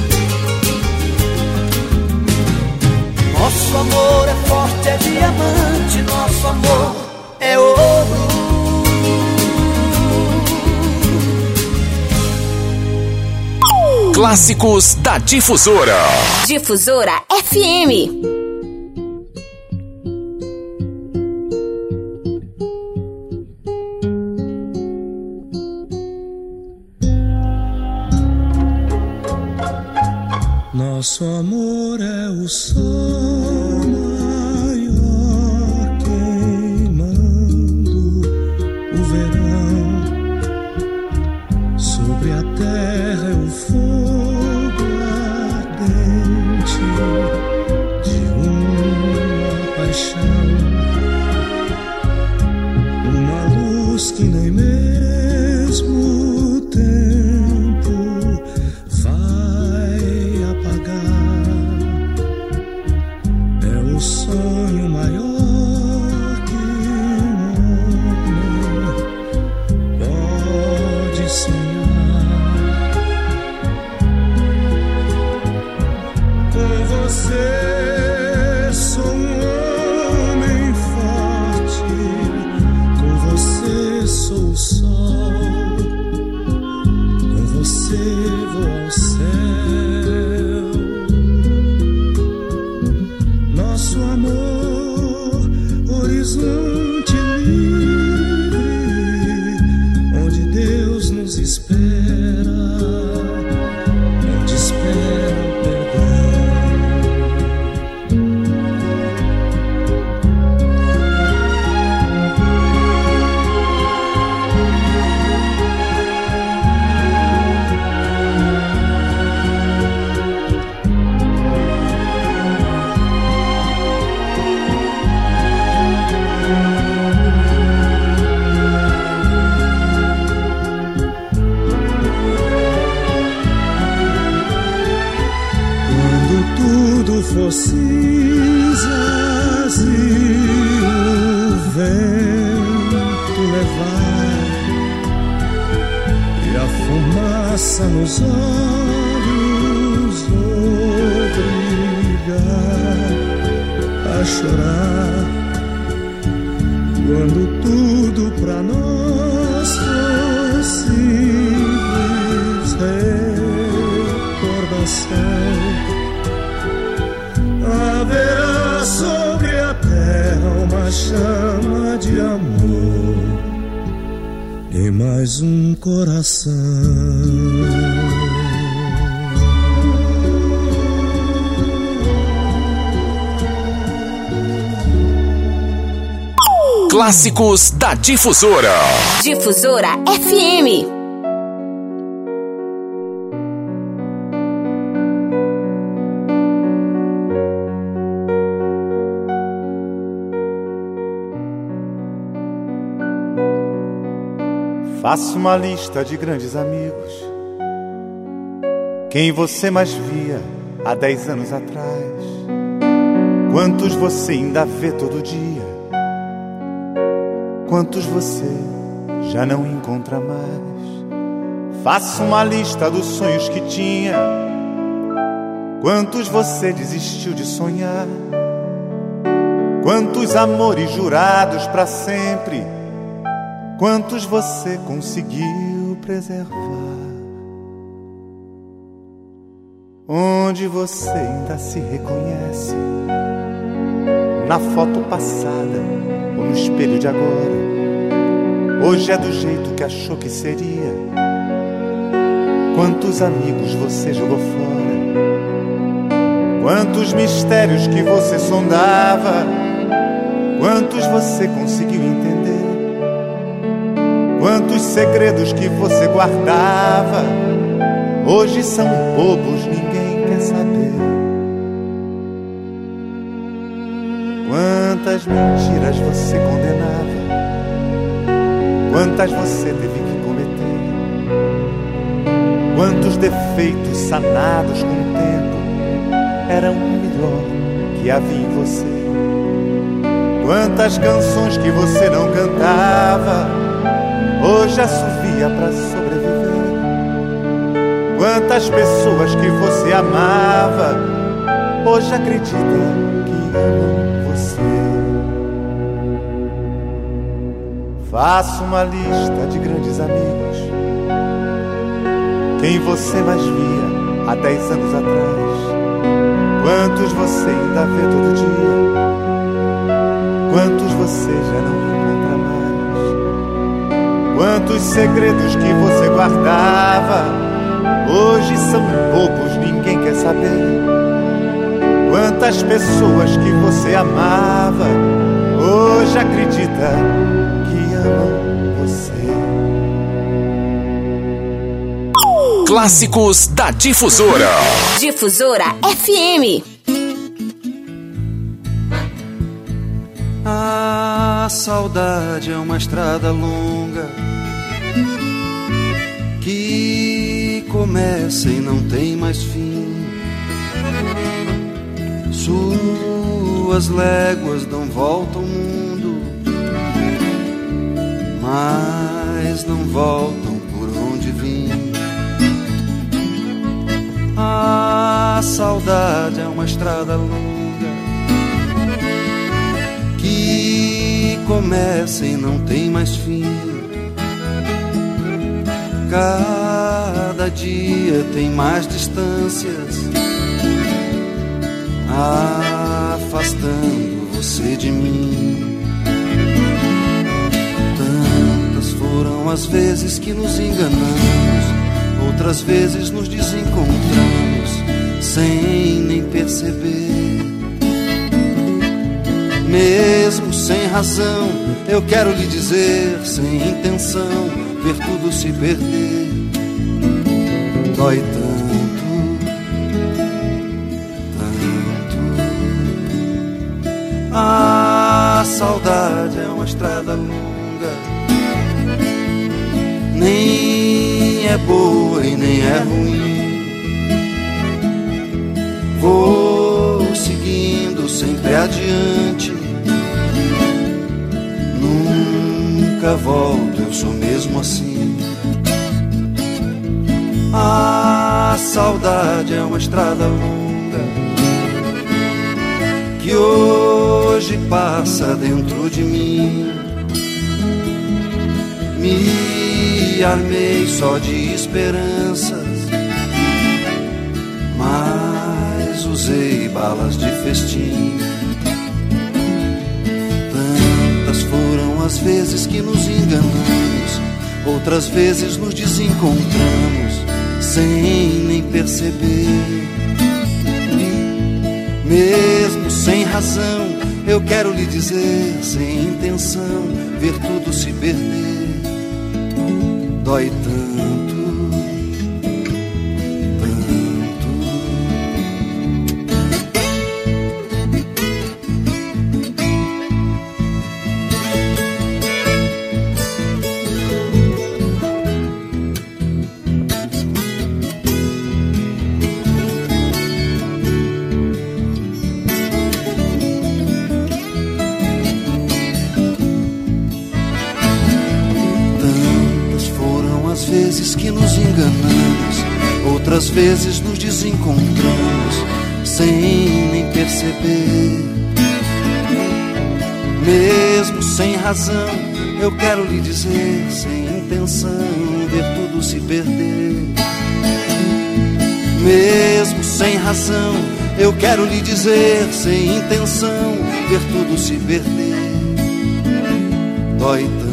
Speaker 5: Nosso amor é forte, é diamante, nosso amor é ouro.
Speaker 1: Clássicos da Difusora.
Speaker 4: Difusora F M.
Speaker 10: Nosso amor é o sol maior queimando o verão. Sobre a terra é o fogo ardente de uma paixão. Uma luz que nem mesmo o tempo vai apagar. É o sonho maior que um homem pode sonhar. Com você sou um homem forte, com você sou o sol, com você vou ao céu. Nosso amor, horizonte livre, onde Deus nos espera, onde espera o perdão. Quando tudo for cinzas e o vento levar e a fumaça nos olhos obrigar a chorar, quando tudo pra nós for simples recordação, haverá sobre a terra uma chama de amor e mais um coração.
Speaker 1: Clássicos da Difusora.
Speaker 4: Difusora F M.
Speaker 11: Faça uma lista de grandes amigos, quem você mais via há dez anos atrás, quantos você ainda vê todo dia, quantos você já não encontra mais. Faça uma lista dos sonhos que tinha, quantos você desistiu de sonhar, quantos amores jurados pra sempre, quantos você conseguiu preservar. Onde você ainda se reconhece, na foto passada ou no espelho de agora. Hoje é do jeito que achou que seria. Quantos amigos você jogou fora, quantos mistérios que você sondava, quantos você conseguiu entender, quantos segredos que você guardava, hoje são bobos, ninguém quer saber. Quantas mentiras você condenava, quantas você teve que cometer, quantos defeitos sanados com o tempo era o melhor que havia em você. Quantas canções que você não cantava, hoje assovia pra sobreviver. Quantas pessoas que você amava, hoje acredita que amam você. Faça uma lista de grandes amigos, quem você mais via há dez anos atrás. Quantos você ainda vê todo dia, quantos você já não encontra mais. Quantos segredos que você guardava, hoje são bobos, ninguém quer saber. Quantas pessoas que você amava, hoje acredita que amam você.
Speaker 1: Clássicos da Difusora.
Speaker 4: Difusora F M.
Speaker 9: A saudade é uma estrada longa que começa e não tem mais fim. Suas léguas dão volta ao mundo, mas não voltam por onde vim. A saudade é uma estrada longa que começa e não tem mais fim. Cada dia tem mais distâncias, afastando você de mim. Tantas foram as vezes que nos enganamos, outras vezes nos desencontramos sem nem perceber. Mesmo sem razão, eu quero lhe dizer, sem intenção, ver tudo se perder. Dói tanto, tanto. A saudade é uma estrada longa, nem é boa e nem é ruim. Vou seguindo sempre adiante, nunca volto, eu sou mesmo assim. A saudade é uma estrada longa que hoje passa dentro de mim. Me armei só de esperanças, mas usei balas de festim. Tantas foram as vezes que nos enganamos, outras vezes nos desencontramos sem nem perceber. Mesmo sem razão, eu quero lhe dizer, sem intenção, ver tudo se perder. Dói tanto, que nos enganamos, outras vezes nos desencontramos sem nem perceber. Mesmo sem razão, eu quero lhe dizer, sem intenção, ver tudo se perder. Mesmo sem razão, eu quero lhe dizer, sem intenção, ver tudo se perder. Dói tanto.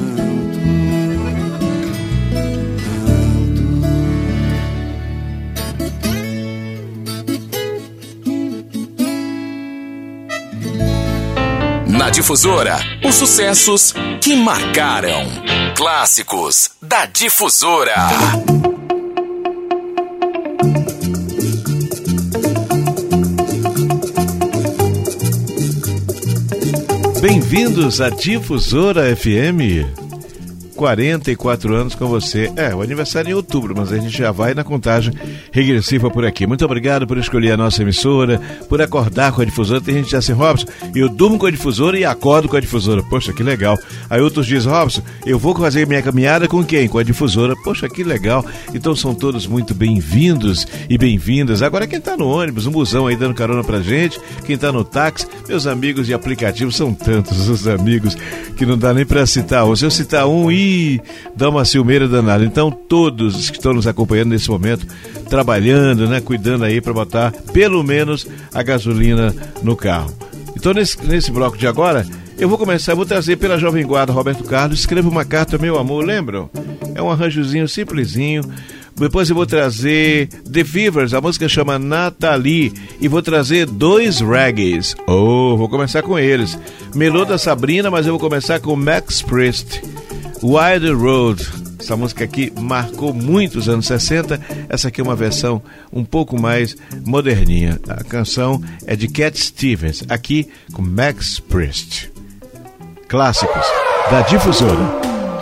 Speaker 1: Na Difusora, os sucessos que marcaram. Clássicos da Difusora.
Speaker 2: Bem-vindos à Difusora F M. quarenta e quatro anos com você. É, o aniversário é em outubro, mas a gente já vai na contagem regressiva por aqui. Muito obrigado por escolher a nossa emissora, por acordar com a Difusora. Tem gente que diz assim, Robson, eu durmo com a Difusora e acordo com a Difusora. Poxa, que legal. Aí outros dizem, Robson, eu vou fazer minha caminhada com quem? Com a Difusora. Poxa, que legal. Então são todos muito bem-vindos e bem-vindas. Agora quem tá no ônibus, no busão aí dando carona pra gente, quem tá no táxi, meus amigos de aplicativo, são tantos os amigos que não dá nem pra citar. Ou se eu citar um, ih, dá uma ciumeira danada. Então todos que estão nos acompanhando nesse momento, trabalhando, né, cuidando aí para botar pelo menos a gasolina no carro. Então nesse, nesse bloco de agora, eu vou começar, eu vou trazer pela Jovem Guarda Roberto Carlos, Escreva uma Carta, Meu Amor, lembram? É um arranjozinho simplesinho. Depois eu vou trazer The Fevers, a música chama Nathalie, e vou trazer dois reggaes. Oh, vou começar com eles. Melô da Sabrina, mas eu vou começar com Max Priest, Wild Road. Essa música aqui marcou muito os anos sessenta. Essa aqui é uma versão um pouco mais moderninha. A canção é de Cat Stevens, aqui com Max Priest. Clássicos da Difusora.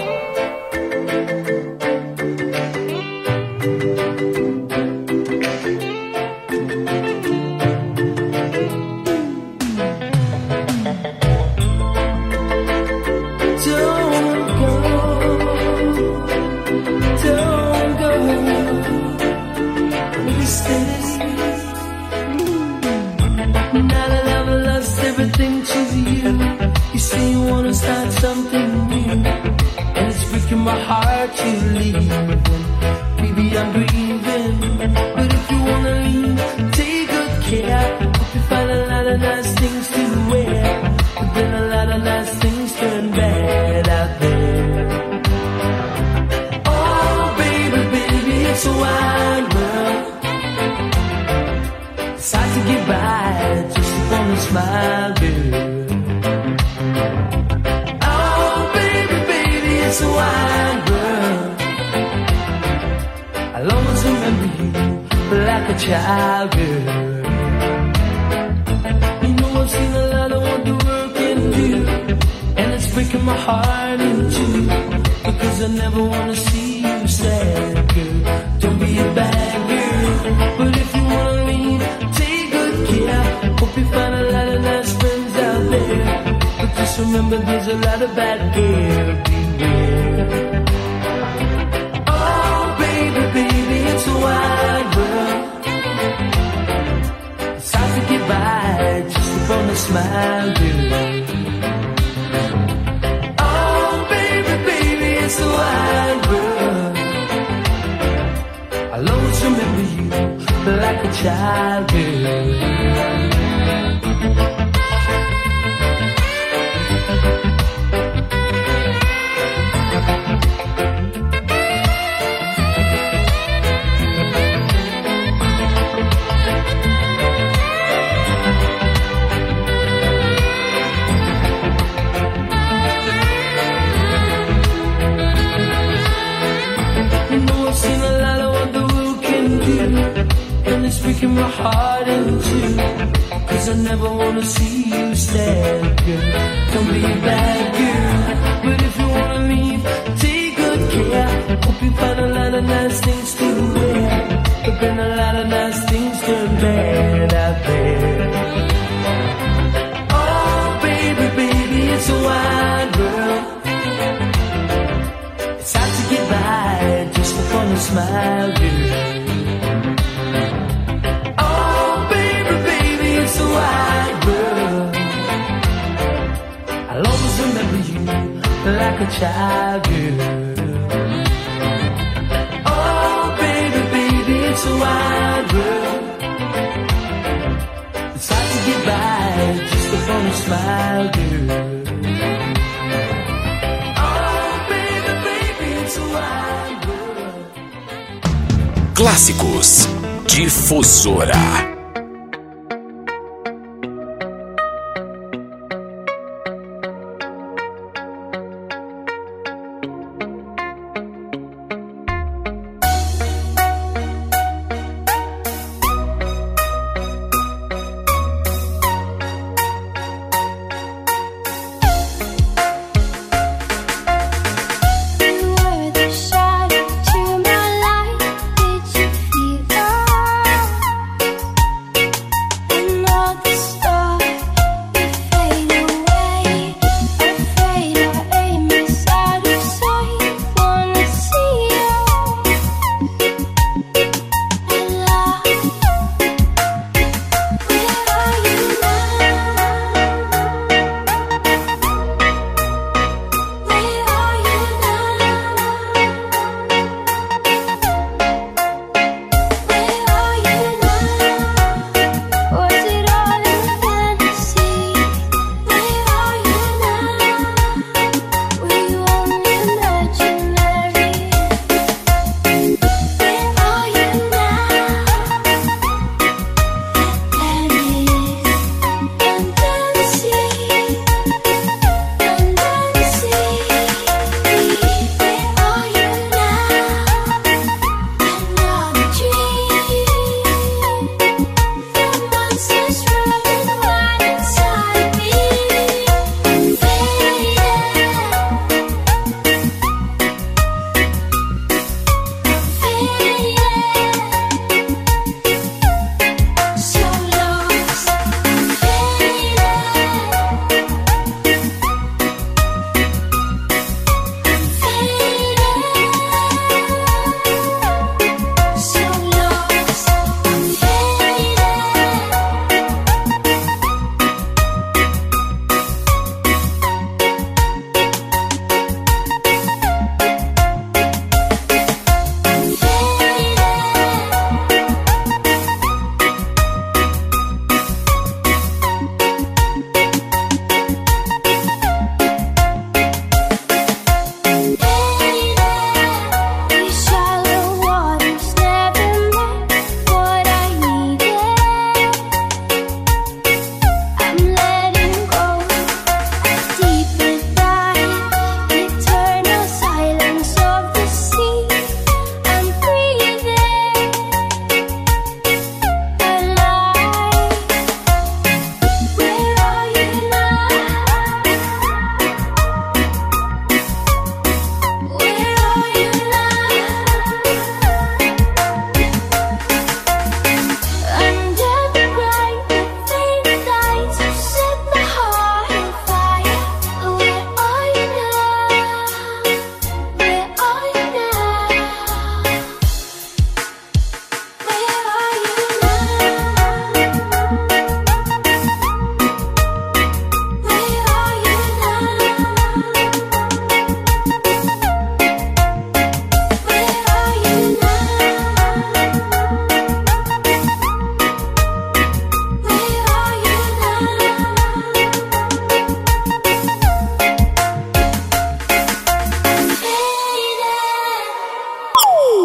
Speaker 1: Clássicos Difusora.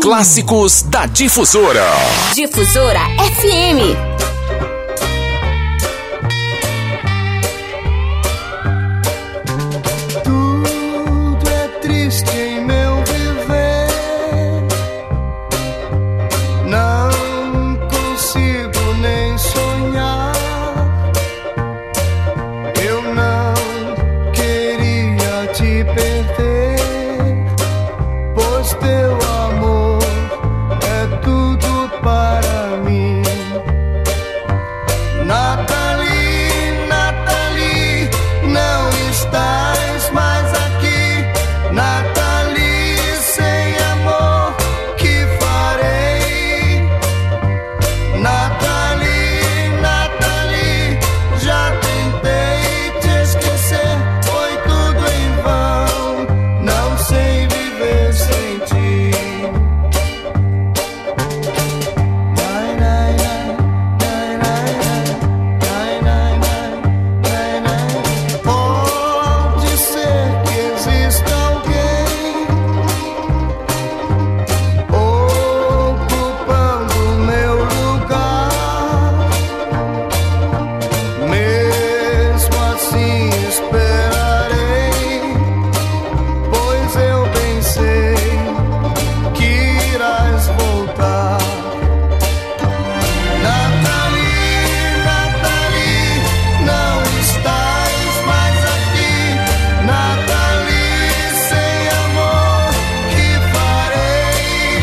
Speaker 1: Clássicos da Difusora.
Speaker 4: Difusora F M.
Speaker 5: Tudo é triste em meu viver. Não consigo nem sonhar. Eu não queria te perder, pois teu amor é tudo para mim. Nathalie, Nathalie, não estás mais aqui. Nathalie, sem amor, que farei? Nathalie, Nathalie, já tentei te esquecer, foi tudo em vão, não sei viver sem ti. Nai, nai, nai, nai, nai, nai, nai, nai, nai. Pode ser que exista alguém ocupando o meu lugar. Mesmo assim esperarei, pois eu bem sei que irás voltar. Nathalie, Nathalie, não estás mais aqui. Nathalie, sem amor, que farei?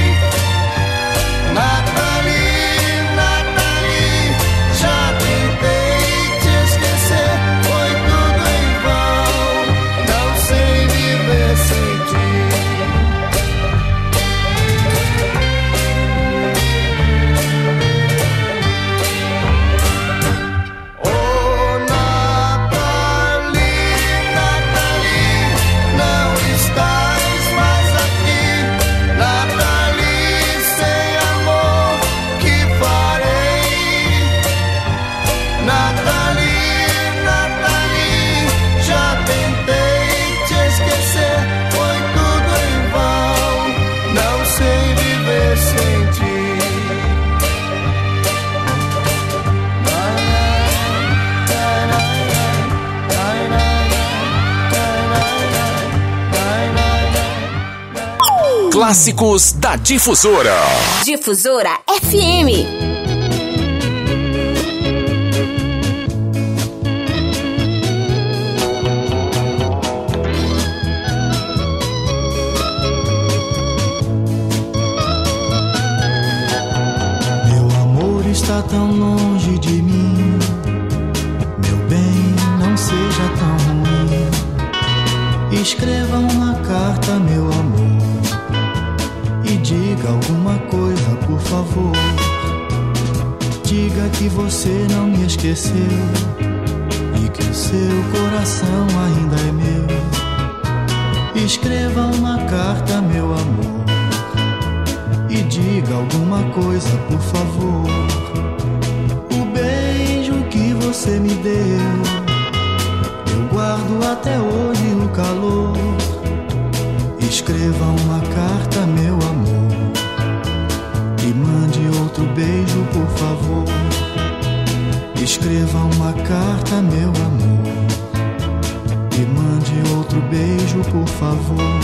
Speaker 5: Nathalie, Nathalie, já tentei te esquecer, foi tudo em vão, não sei viver sem ti. Oh, Nathalie, Nathalie, não estás mais aqui. Nathalie, sem amor, que farei? Nathalie, Nathalie, já tentei te esquecer, foi tudo em vão, não sei viver sem ti.
Speaker 1: Clássicos da Difusora.
Speaker 4: Difusora F M.
Speaker 5: Meu amor está tão longe de mim, meu bem, não seja tão ruim. Escreva uma carta, meu amor, e diga alguma coisa, por favor. Diga que você não me esqueceu e que o seu coração ainda é meu. Escreva uma carta, meu amor, e diga alguma coisa, por favor. O beijo que você me deu, eu guardo até hoje o calor. Escreva uma carta, meu amor, e mande outro beijo, por favor. Escreva uma carta, meu amor, e mande outro beijo, por favor.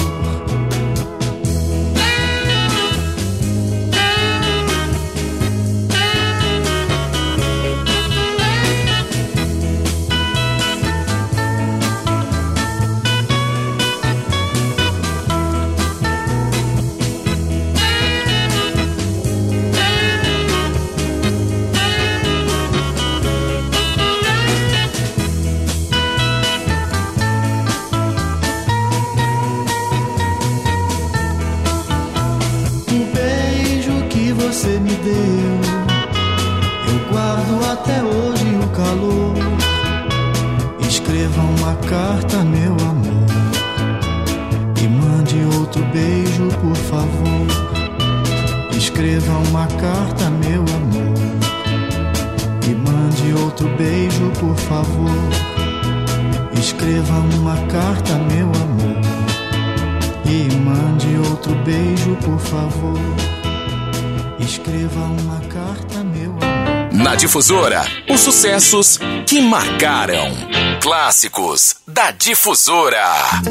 Speaker 5: Você me deu, eu guardo até hoje o calor. Escreva uma carta, meu amor, e mande outro beijo, por favor. Escreva uma carta, meu amor, e mande outro beijo, por favor. Escreva uma carta, meu amor, e mande outro beijo, por favor. escreva uma carta, meu amor.
Speaker 1: Na Difusora, os sucessos que marcaram. Clássicos da Difusora.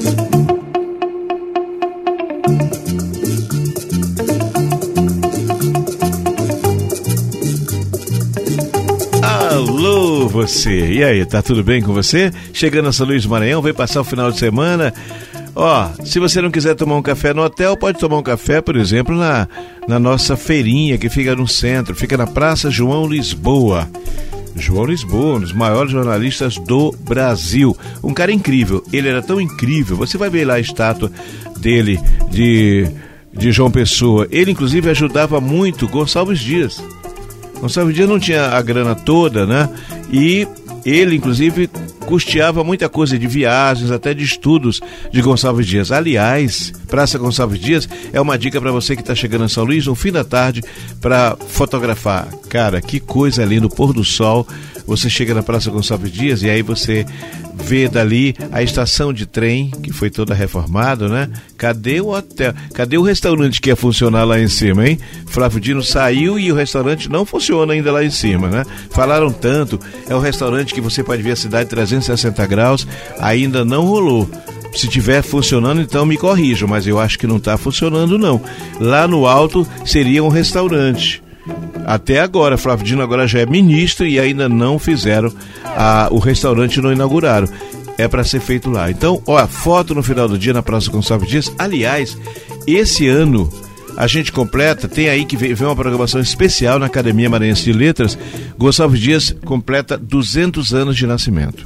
Speaker 2: Alô, você! E aí, tá tudo bem com você? Chegando a São Luís do Maranhão, vem passar o final de semana. Ó, se você não quiser tomar um café no hotel, pode tomar um café, por exemplo, na, na nossa feirinha que fica no centro, fica na Praça João Lisboa. João Lisboa, um dos maiores jornalistas do Brasil. Um cara incrível, ele era tão incrível, você vai ver lá a estátua dele, de, de João Pessoa. Ele, inclusive, ajudava muito Gonçalves Dias. Gonçalves Dias não tinha a grana toda, né? E ele, inclusive, custeava muita coisa de viagens, até de estudos de Gonçalves Dias. Aliás, Praça Gonçalves Dias é uma dica para você que está chegando em São Luís no fim da tarde para fotografar. Cara, que coisa linda, o pôr do sol. Você chega na Praça Gonçalves Dias e aí você vê dali a estação de trem, que foi toda reformada, né? Cadê o hotel? Cadê o restaurante que ia funcionar lá em cima, hein? Flávio Dino saiu e o restaurante não funciona ainda lá em cima, né? Falaram tanto, é um restaurante que você pode ver a cidade trezentos e sessenta graus, ainda não rolou. Se estiver funcionando, então me corrijam, mas eu acho que não está funcionando, não. Lá no alto seria um restaurante. Até agora, Flávio Dino agora já é ministro e ainda não fizeram, a, o restaurante não inauguraram. É para ser feito lá. Então, ó, foto no final do dia na Praça Gonçalves Dias. Aliás, esse ano a gente completa, tem aí que vem, vem uma programação especial na Academia Maranhense de Letras. Gonçalves Dias completa duzentos anos de nascimento.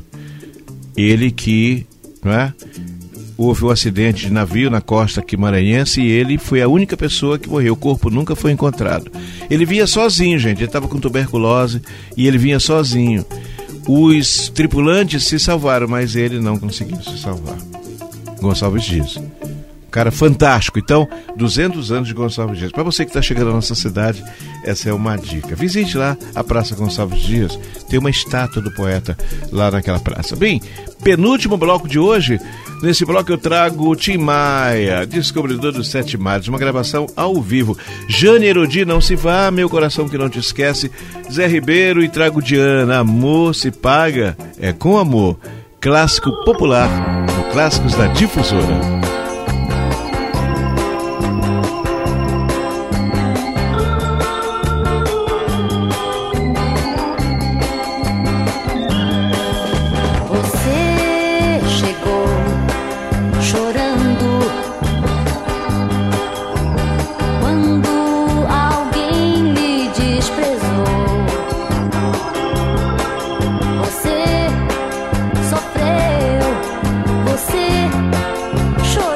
Speaker 2: Ele que, não é? Houve um acidente de navio na costa aqui maranhense e ele foi a única pessoa que morreu. O corpo nunca foi encontrado. Ele vinha sozinho, gente. Ele estava com tuberculose e ele vinha sozinho. Os tripulantes se salvaram, mas ele não conseguiu se salvar. Gonçalves Dias. Cara fantástico. Então, duzentos anos de Gonçalves Dias. Para você que está chegando à nossa cidade, essa é uma dica. Visite lá a Praça Gonçalves Dias. Tem uma estátua do poeta lá naquela praça. Bem, penúltimo bloco de hoje. Nesse bloco eu trago Tim Maia, descobridor dos Sete Mares, uma gravação ao vivo. Jane Erodi, Não Se Vá, Meu Coração Que Não Te Esquece. Zé Ribeiro e trago Diana, Amor Se Paga, É Com Amor. Clássico popular, no Clássicos da Difusora.
Speaker 7: Sofreu, você chorou.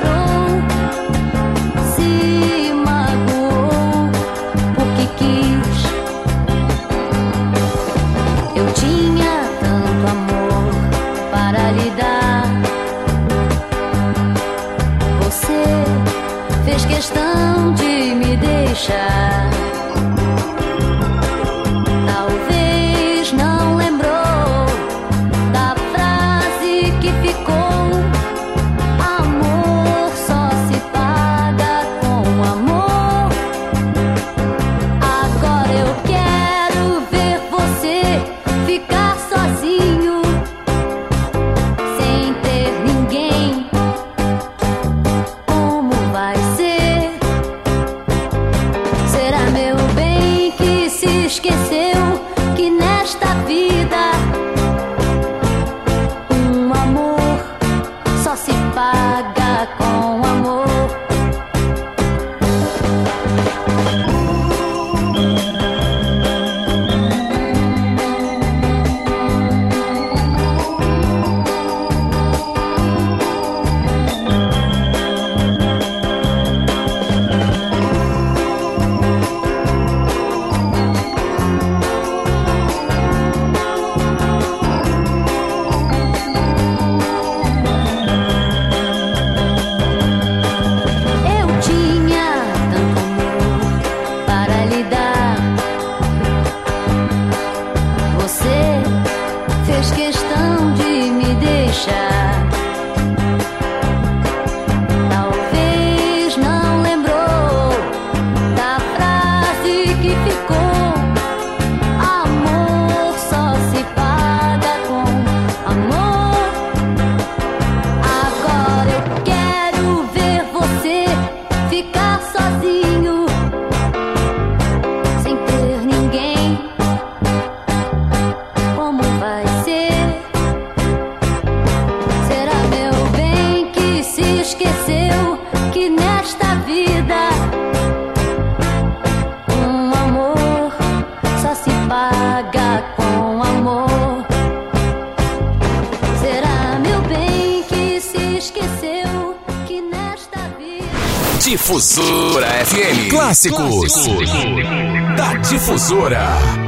Speaker 1: Difusora F M. Clássicos, Clássicos. da Difusora.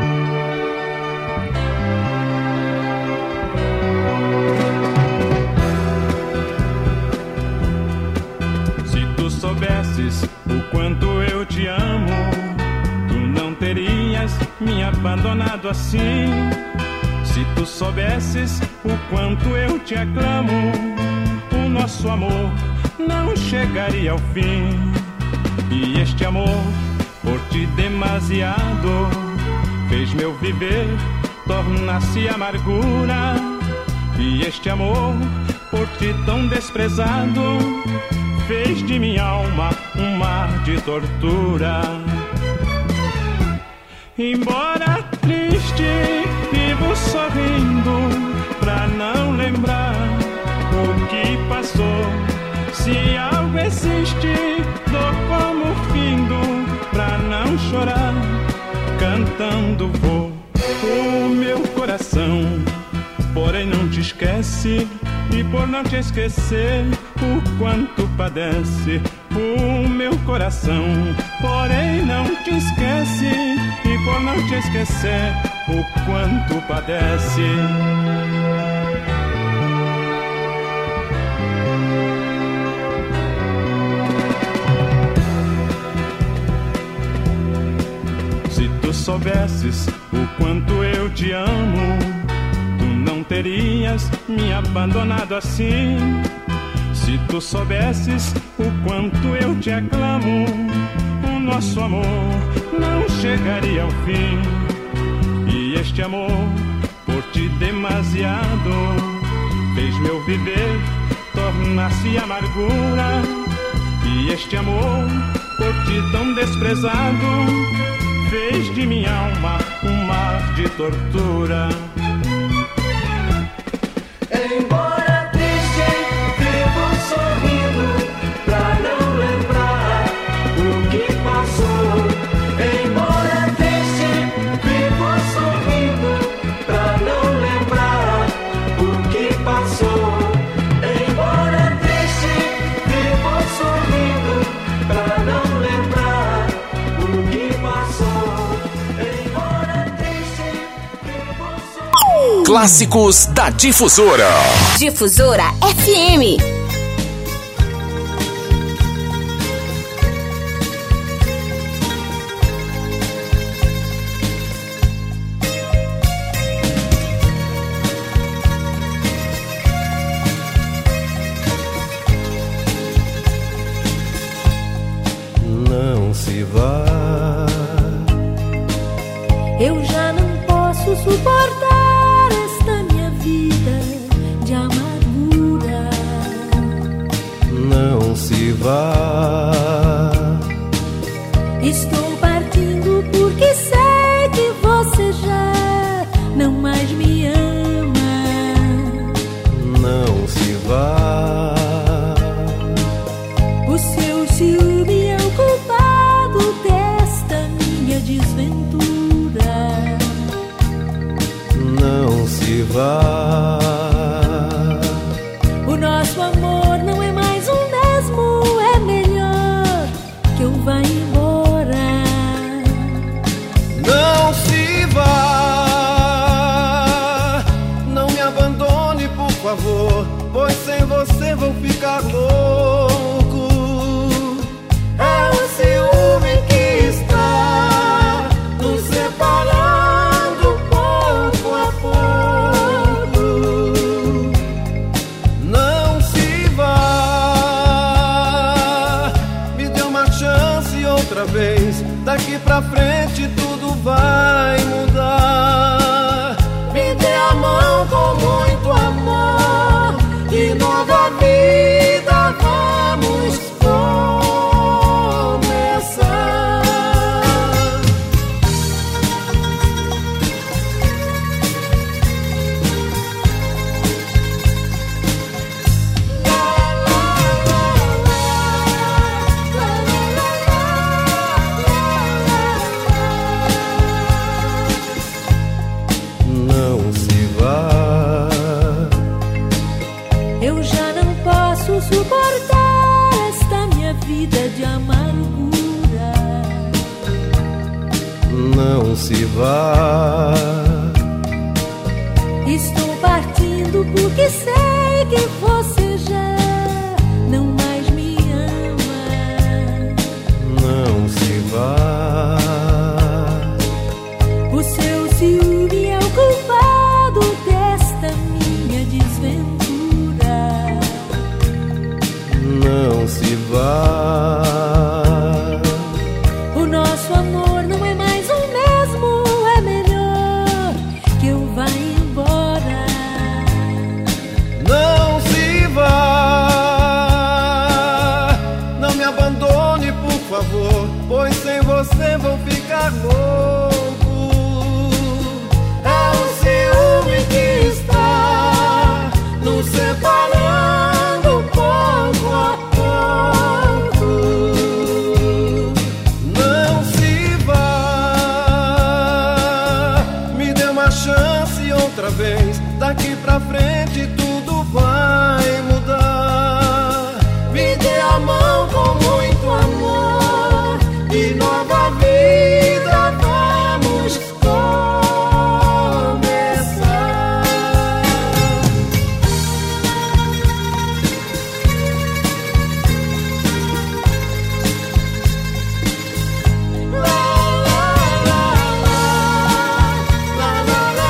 Speaker 6: Se tu soubesses o quanto eu te amo, tu não terias me abandonado assim. Se tu soubesses o quanto eu te aclamo, o nosso amor não chegaria ao fim. E este amor, por ti demasiado, fez meu viver tornar-se amargura. E este amor, por ti tão desprezado, fez de minha alma um mar de tortura. Embora triste, vivo sorrindo pra não lembrar o que passou. Se algo existe, dou como findo pra não chorar. Cantando vou o meu coração, porém não te esquece. E por não te esquecer, o quanto padece o meu coração. Porém não te esquece, e por não te esquecer, o quanto padece. Se tu soubesses o quanto eu te amo, tu não terias me abandonado assim. Se tu soubesses o quanto eu te aclamo, o nosso amor não chegaria ao fim. E este amor, por ti demasiado, fez meu viver tornar-se amargura. E este amor, por ti tão desprezado, fez de minha alma um mar de tortura.
Speaker 5: Embora triste, vivo sorrindo pra não lembrar o que passou. Embora triste, vivo sorrindo pra não lembrar o que passou. Embora triste, vivo sorrindo pra não lembrar o que passou. Embora triste, vivo sorrindo.
Speaker 1: Clássicos da Difusora.
Speaker 4: Difusora F M.
Speaker 9: Não se vá,
Speaker 7: Eu já não posso suportar esta minha vida de amargura.
Speaker 9: não se vá.
Speaker 7: Estou partindo porque sei que você já não mais me ama.
Speaker 9: Não se vá.
Speaker 7: O seu ciúme é o culpado desta minha desventura.
Speaker 9: Não se vá.
Speaker 7: O nosso amor não é mais o mesmo, é melhor que eu vá embora.
Speaker 9: Não se vá. Não me abandone, por favor, pois sem você vou ficar louco. É o ciúme que está nos separando pouco a pouco. Não se vá. Me dê uma chance outra vez. Daqui pra frente tudo vai mudar. Me dê a mão com muito amor e nova vida vamos começar. Não se vá.
Speaker 7: Eu já não posso suportar esta minha vida
Speaker 12: vida de amargura.
Speaker 13: Não se vá.
Speaker 12: Estou partindo porque sei que você já não mais me ama.
Speaker 13: Não se vá.
Speaker 12: O seu ciúme é o culpado desta minha desventura.
Speaker 13: Não se vá.
Speaker 12: O nosso amor não é mais o mesmo. É melhor que eu vá embora.
Speaker 13: Não se vá. Não me abandone, por favor, pois sem você vou ficar louco. É o ciúme que está nos separando pouco a pouco. Não se vá. Me dê uma chance outra vez. Daqui pra frente tudo vai mudar. Me dê a mão com muito amor e nova vida vamos começar. La, la, la, la, la, la, la,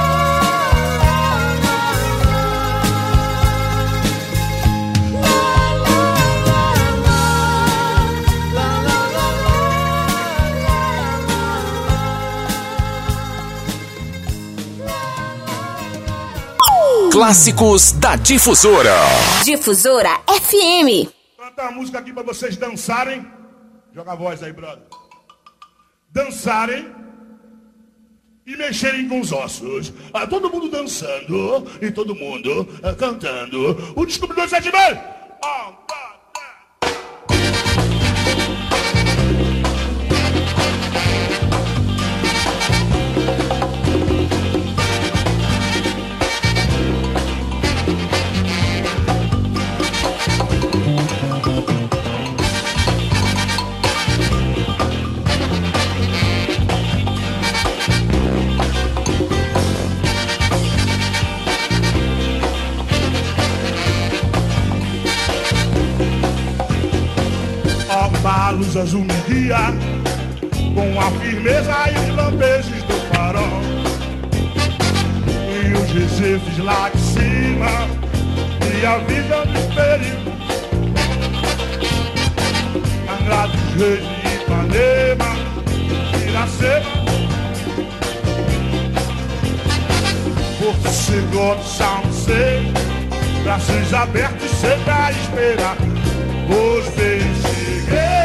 Speaker 1: Clássicos da Difusora.
Speaker 4: Difusora F M.
Speaker 14: Vou cantar uma música aqui pra vocês dançarem. Joga a voz aí, brother. Dançarem e mexerem com os ossos. Ah, todo mundo dançando e todo mundo ah, cantando. O Descobridor Sete Meio. Ah, a luz azul me guia com a firmeza e os lampejos do farol. E os recifes lá de cima me avisam dos perigos. Angra dos Reis de Ipanema, Iracema, Porto Seguro, São José, braços abertos sempre a esperar. Os beijos cheguei.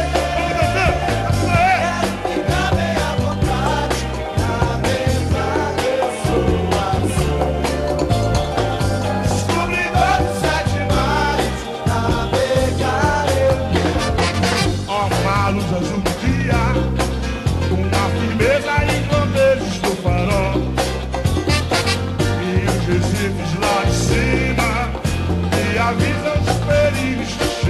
Speaker 14: Avisam os perigos.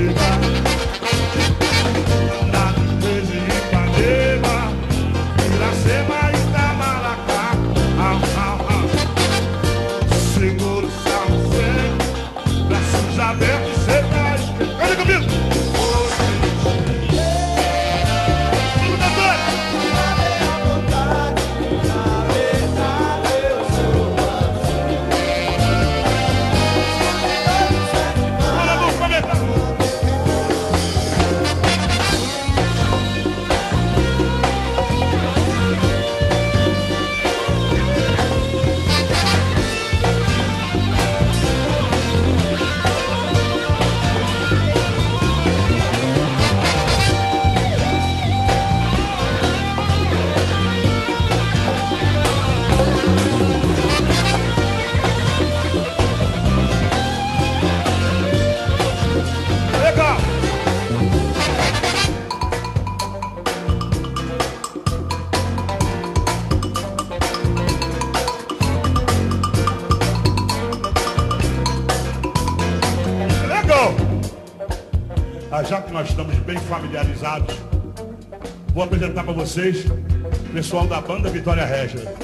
Speaker 14: Ah, já que nós estamos bem familiarizados, vou apresentar para vocês o pessoal da banda Vitória Régia.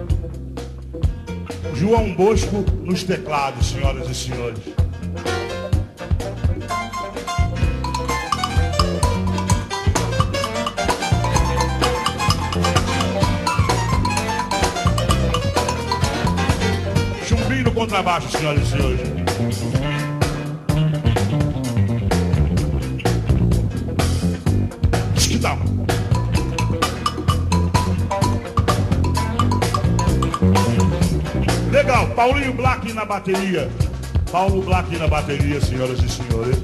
Speaker 14: João Bosco nos teclados, senhoras e senhores. Chumbinho no contrabaixo, senhoras e senhores. Esquidão. Legal, Paulinho Black na bateria. Paulo Black na bateria, senhoras e senhores.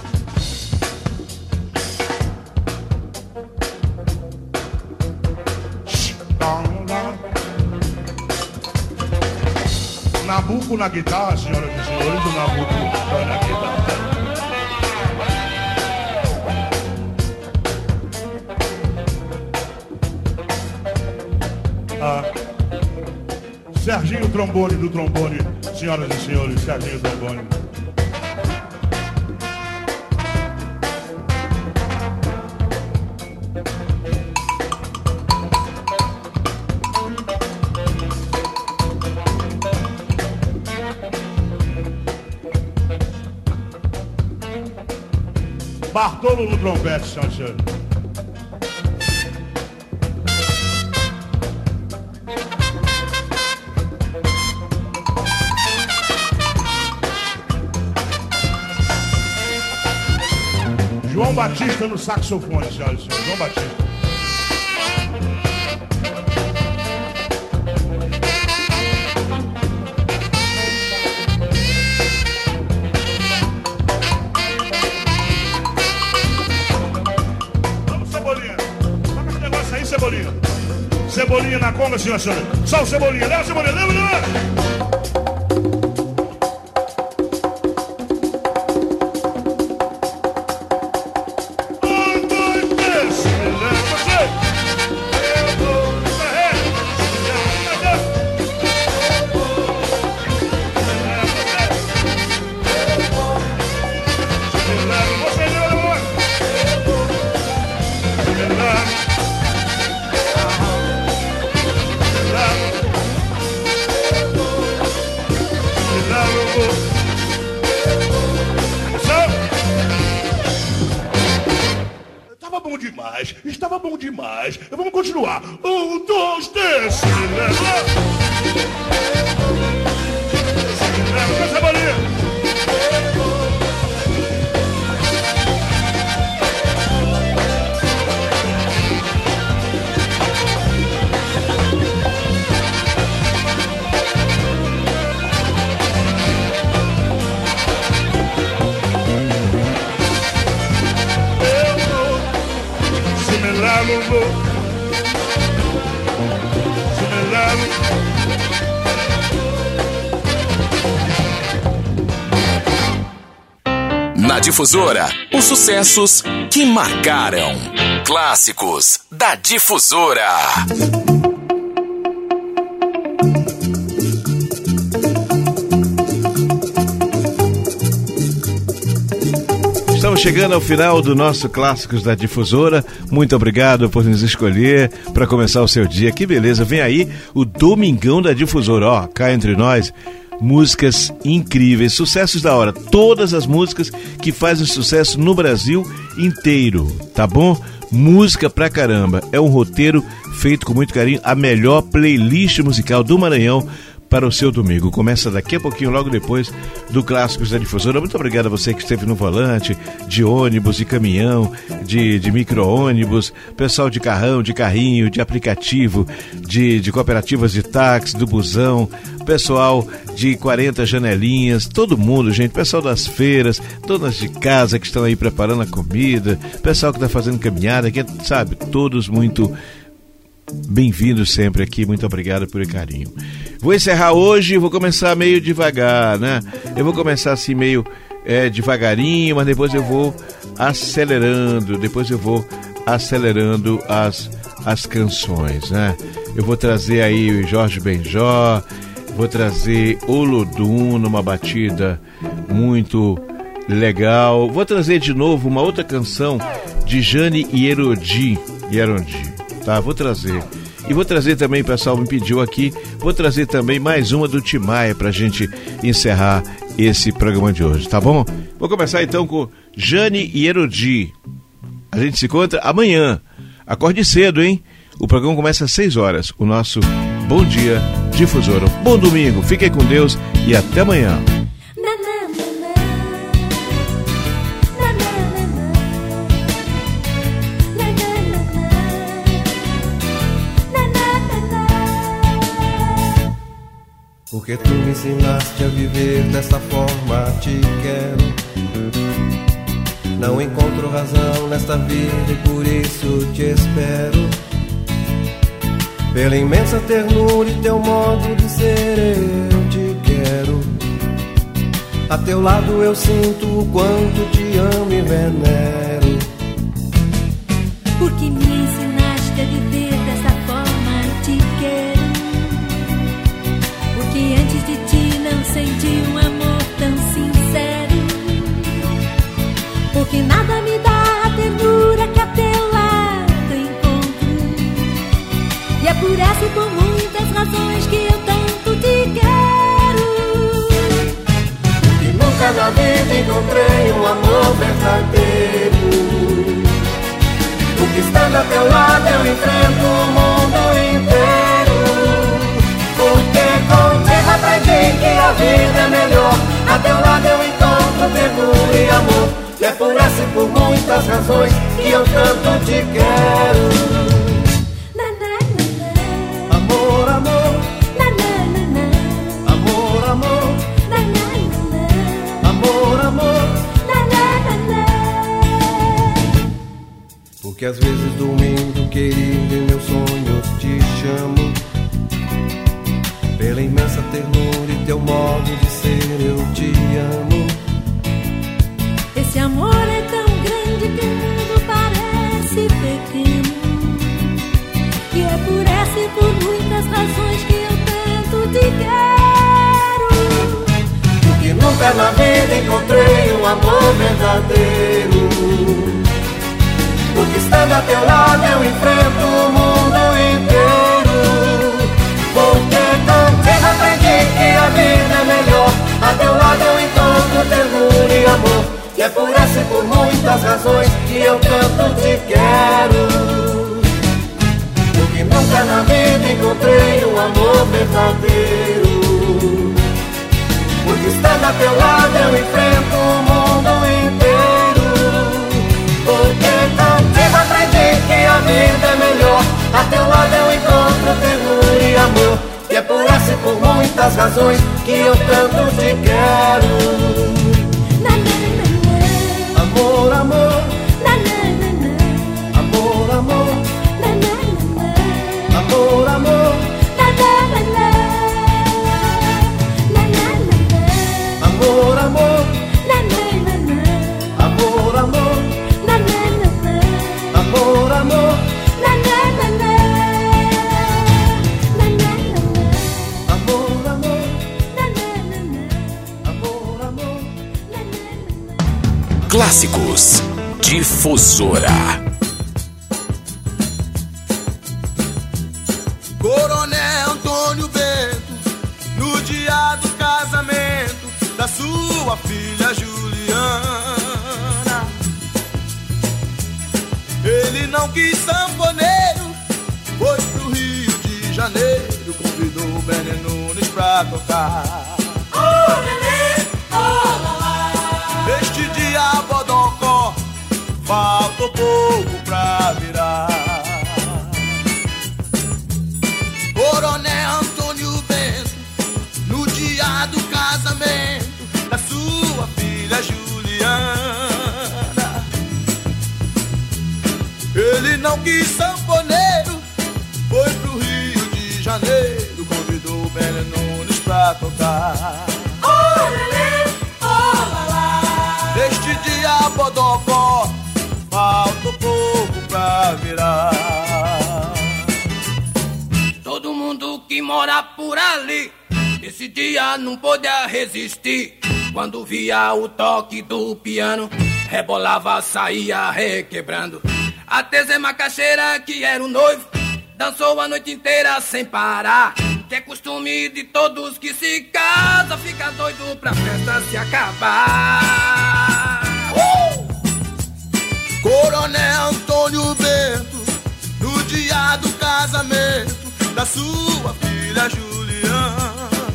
Speaker 14: Nabuco na guitarra, senhoras e senhores. O Nabuco na guitarra. Ah. Serginho Trombone do trombone, senhoras e senhores, Serginho Trombone. Bartolo no trompete, senhoras e senhores. João Batista no saxofone, senhoras e senhores. João Batista. Vamos, Cebolinha. Toca esse negócio aí, Cebolinha. Cebolinha na conga, senhoras e senhores. Só o Cebolinha. Leva, Cebolinha. Leva, leva. Estava bom demais. Vamos continuar. Um, dois, três. Se leva. Se leva com essa bolinha.
Speaker 1: Na Difusora, os sucessos que marcaram. Clássicos da Difusora.
Speaker 2: Estamos chegando ao final do nosso Clássicos da Difusora. Muito obrigado por nos escolher para começar o seu dia. Que beleza, vem aí o Domingão da Difusora. Ó, cá entre nós, músicas incríveis, sucessos da hora. Todas as músicas que fazem sucesso no Brasil inteiro, tá bom? Música pra caramba. É um roteiro feito com muito carinho. A melhor playlist musical do Maranhão para o seu domingo. Começa daqui a pouquinho, logo depois do Clássicos da Difusora. Muito obrigado a você que esteve no volante, de ônibus, de caminhão, de, de micro-ônibus, pessoal de carrão, de carrinho, de aplicativo, de, de cooperativas de táxi, do busão, pessoal de quarenta janelinhas, todo mundo, gente, pessoal das feiras, donas de casa que estão aí preparando a comida, pessoal que está fazendo caminhada, que sabe, todos muito bem-vindos sempre aqui, muito obrigado por carinho. Vou encerrar hoje, vou começar meio devagar, né? Eu vou começar assim meio é, devagarinho, mas depois eu vou acelerando, depois eu vou acelerando as, as canções, né? Eu vou trazer aí o Jorge Benjó, vou trazer Olodum numa batida muito Legal. Vou trazer de novo uma outra canção de Jane e Erodi. Erodi, tá? Vou trazer. E vou trazer também, o pessoal me pediu aqui, vou trazer também mais uma do Tim Maia pra gente encerrar esse programa de hoje, tá bom? Vou começar então com Jane e Erodi. A gente se encontra amanhã. Acorde cedo, hein? O programa começa às seis horas. O nosso Bom Dia Difusora. Bom domingo, fiquem com Deus e até amanhã.
Speaker 13: Porque tu me ensinaste a viver dessa forma, te quero. Não encontro razão nesta vida e por isso te espero. Pela imensa ternura e teu modo de ser eu te quero. A teu lado eu sinto o quanto te amo e venero.
Speaker 12: Porque me ensinaste a viver dessa forma, te quero. Porque antes de ti não senti um amor tão sincero. Porque nada me dá a ternura que a teu lado encontro. E é por essa e por muitas razões que eu tanto te quero.
Speaker 13: E nunca na vida encontrei um amor verdadeiro. Porque estando a teu lado eu enfrento o mundo inteiro. Porque contigo aprendi que a vida é melhor. A teu lado eu encontro ternura e amor. E é por essa e por muitas razões que eu tanto te quero. Amor, amor. Amor, amor. Amor, amor. Porque às vezes dormindo, querido, em meus sonhos te chamo. Pela imensa ternura e teu modo de ser eu te amo.
Speaker 12: Esse amor é tão grande que o mundo parece pequeno. E é por essa e por muitas razões que eu tanto te quero.
Speaker 13: Porque nunca na vida encontrei um amor verdadeiro. Porque estando a teu lado eu enfrento o mundo inteiro. Porque contigo aprendi que a vida é melhor. A teu lado eu encontro ternura e amor. E é por essa e por muitas razões que eu tanto te quero. Porque nunca na vida encontrei um amor verdadeiro. Porque estando a teu lado eu enfrento o mundo inteiro. Porque contigo aprendi que a vida é melhor. A teu lado eu encontro ternura e amor. E é por essa e por muitas razões que eu tanto te quero. Amor, amor. Amor, amor. Amor, amor. Amor, amor. Amor, amor. Amor, amor.
Speaker 1: Clássicos Difusora.
Speaker 15: Coronel Antônio Bento, no dia do casamento da sua filha Juliana, ele não quis sanfoneiro, foi pro Rio de Janeiro, convidou o Benny Nunes pra tocar. Oh, Benny, oh, lá, lá. Neste dia Bodocó, faltou pouco pra virar. Coronel Antônio Bento, no dia do casamento da sua filha Juliana, ele não quis sanfoneiro, foi pro Rio de Janeiro, convidou o Benny Nunes pra tocar. Oh, Lelê, oh, lá, lá. Neste dia Bodocó, faltou pouco pra virar.
Speaker 16: Todo mundo que mora por ali, esse dia não pôde resistir. Quando via o toque do piano, rebolava, saía requebrando. Até Zé Macaxeira, que era o noivo, dançou a noite inteira sem parar. Que é costume de todos que se casam, fica doido pra festa se acabar.
Speaker 15: uh! Coronel Antônio Bento, no dia do casamento da sua filha Juliana,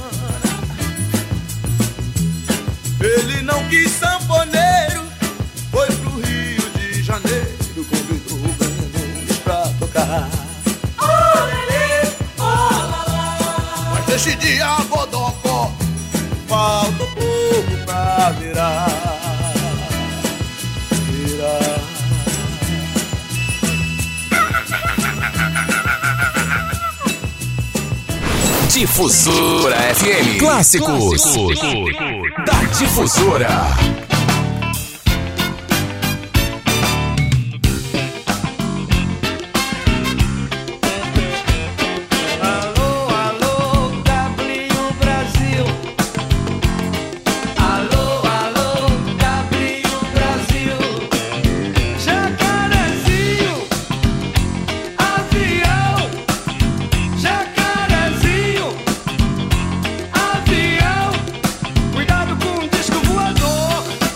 Speaker 15: ele não quis sanfoneiro, foi pro Rio de Janeiro, convidou o Nunes pra tocar.
Speaker 5: Oh, lelê, oh, lá, lá.
Speaker 15: Mas nesse dia Bodocó falta pouco pra virar, virar.
Speaker 1: Difusora F M. Clássicos, Clássicos da Difusora.
Speaker 5: Cuidado com o disco voador.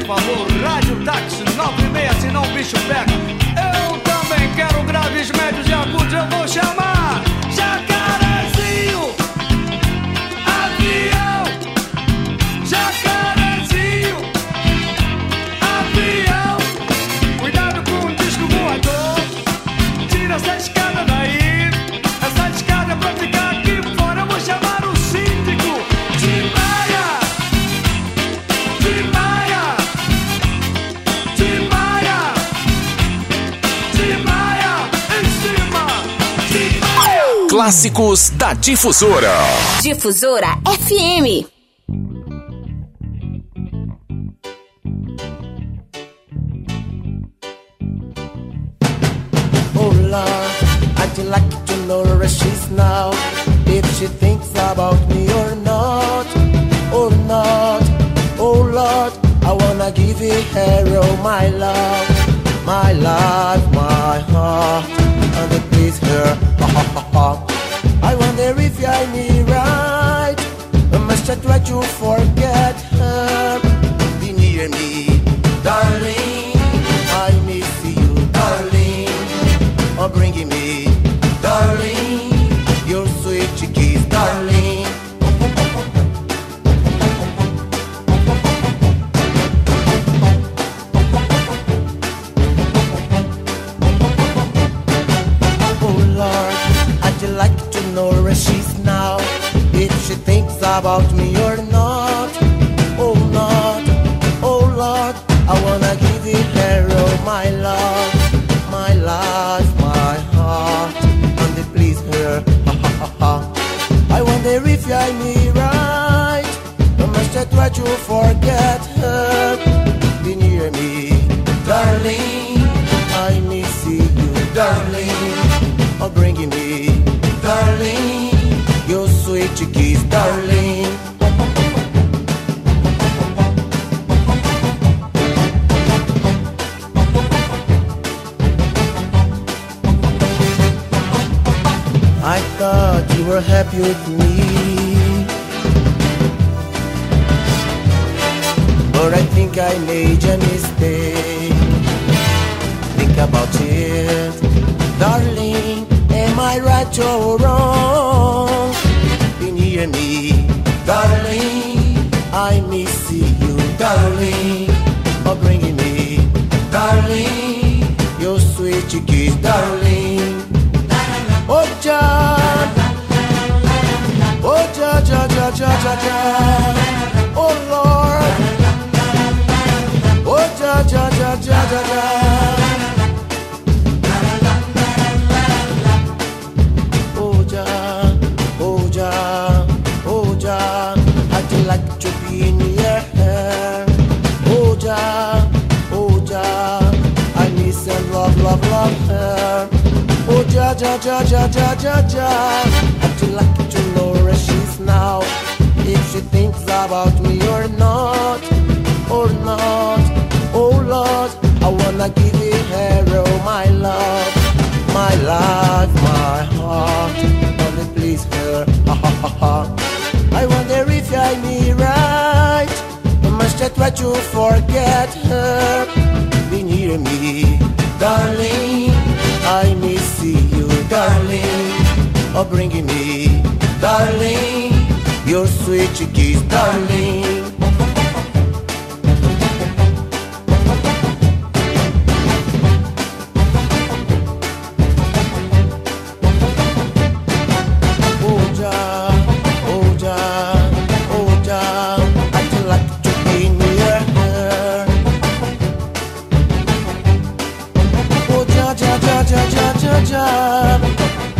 Speaker 17: favor, rádio táxi nove seis, senão o bicho pega. Eu também quero graves, médios e agudos, eu vou chamar Jacarezinho, avião, Jacarezinho, avião. Cuidado com o disco voador, tira essa escada daí. Essa escada é pra ficar aqui fora, eu vou chamar o síndico. Tim Maia, Tim Maia, Tim Maia, Tim Maia, em cima, Tim Maia.
Speaker 1: Clássicos da Difusora.
Speaker 4: Difusora F M.
Speaker 5: Oh Lord, I'd like to know where she's now, if she thinks about me or not, or not. Oh Lord, I wanna give her all my love, my life, my heart, and it please her. Ha ha ha ha. I wonder if I me right, I must I try to forget her. Be near me, darling, I miss you, darling. Oh, bringing me, darling, your sweet kiss, darling. Oh Lord, I'd like to know where she's now, if she thinks about me or not. Oh not, oh Lord, I wanna give it her all my love, my life, my heart, and it please her. Ha ha ha ha. I wonder if I me right, I must I try to forget her. Be near me, darling, I miss you, darling. Oh, bringing me, darling, your sweet kiss, darling. I thought you were happy with me, but I think I made a mistake. Think about it, darling, am I right or wrong? Be near me, darling, I miss you, darling. Oh, bringing me, darling, your sweet kiss, darling. Oh, John, oh, ja, ja, ja, ja, ja, ja. Oh, Lord, oh, ja, ja, ja, ja, ja, ja. Oh, ja, oh, ja, oh, ja, I'd like to be near her. Oh, ja, oh, ja, I miss and love, love, love her. Oh, ja, ja, ja, ja, ja, ja, ja. I'd like to know where she's now, if she thinks about me or not, or not. Oh, Lord, I wanna give it her all my love, my life, my heart, and it please her. Ha ha ha ha. I wonder if I me right, I must I try to forget her. Be near me, darling, I miss you, darling. Oh, bringing me, darling, your sweet kiss, darling. Oh, ja, oh, ja, oh, ja, I'd like to be near her. Oh, ja, ja, ja, ja, ja, ja, ja.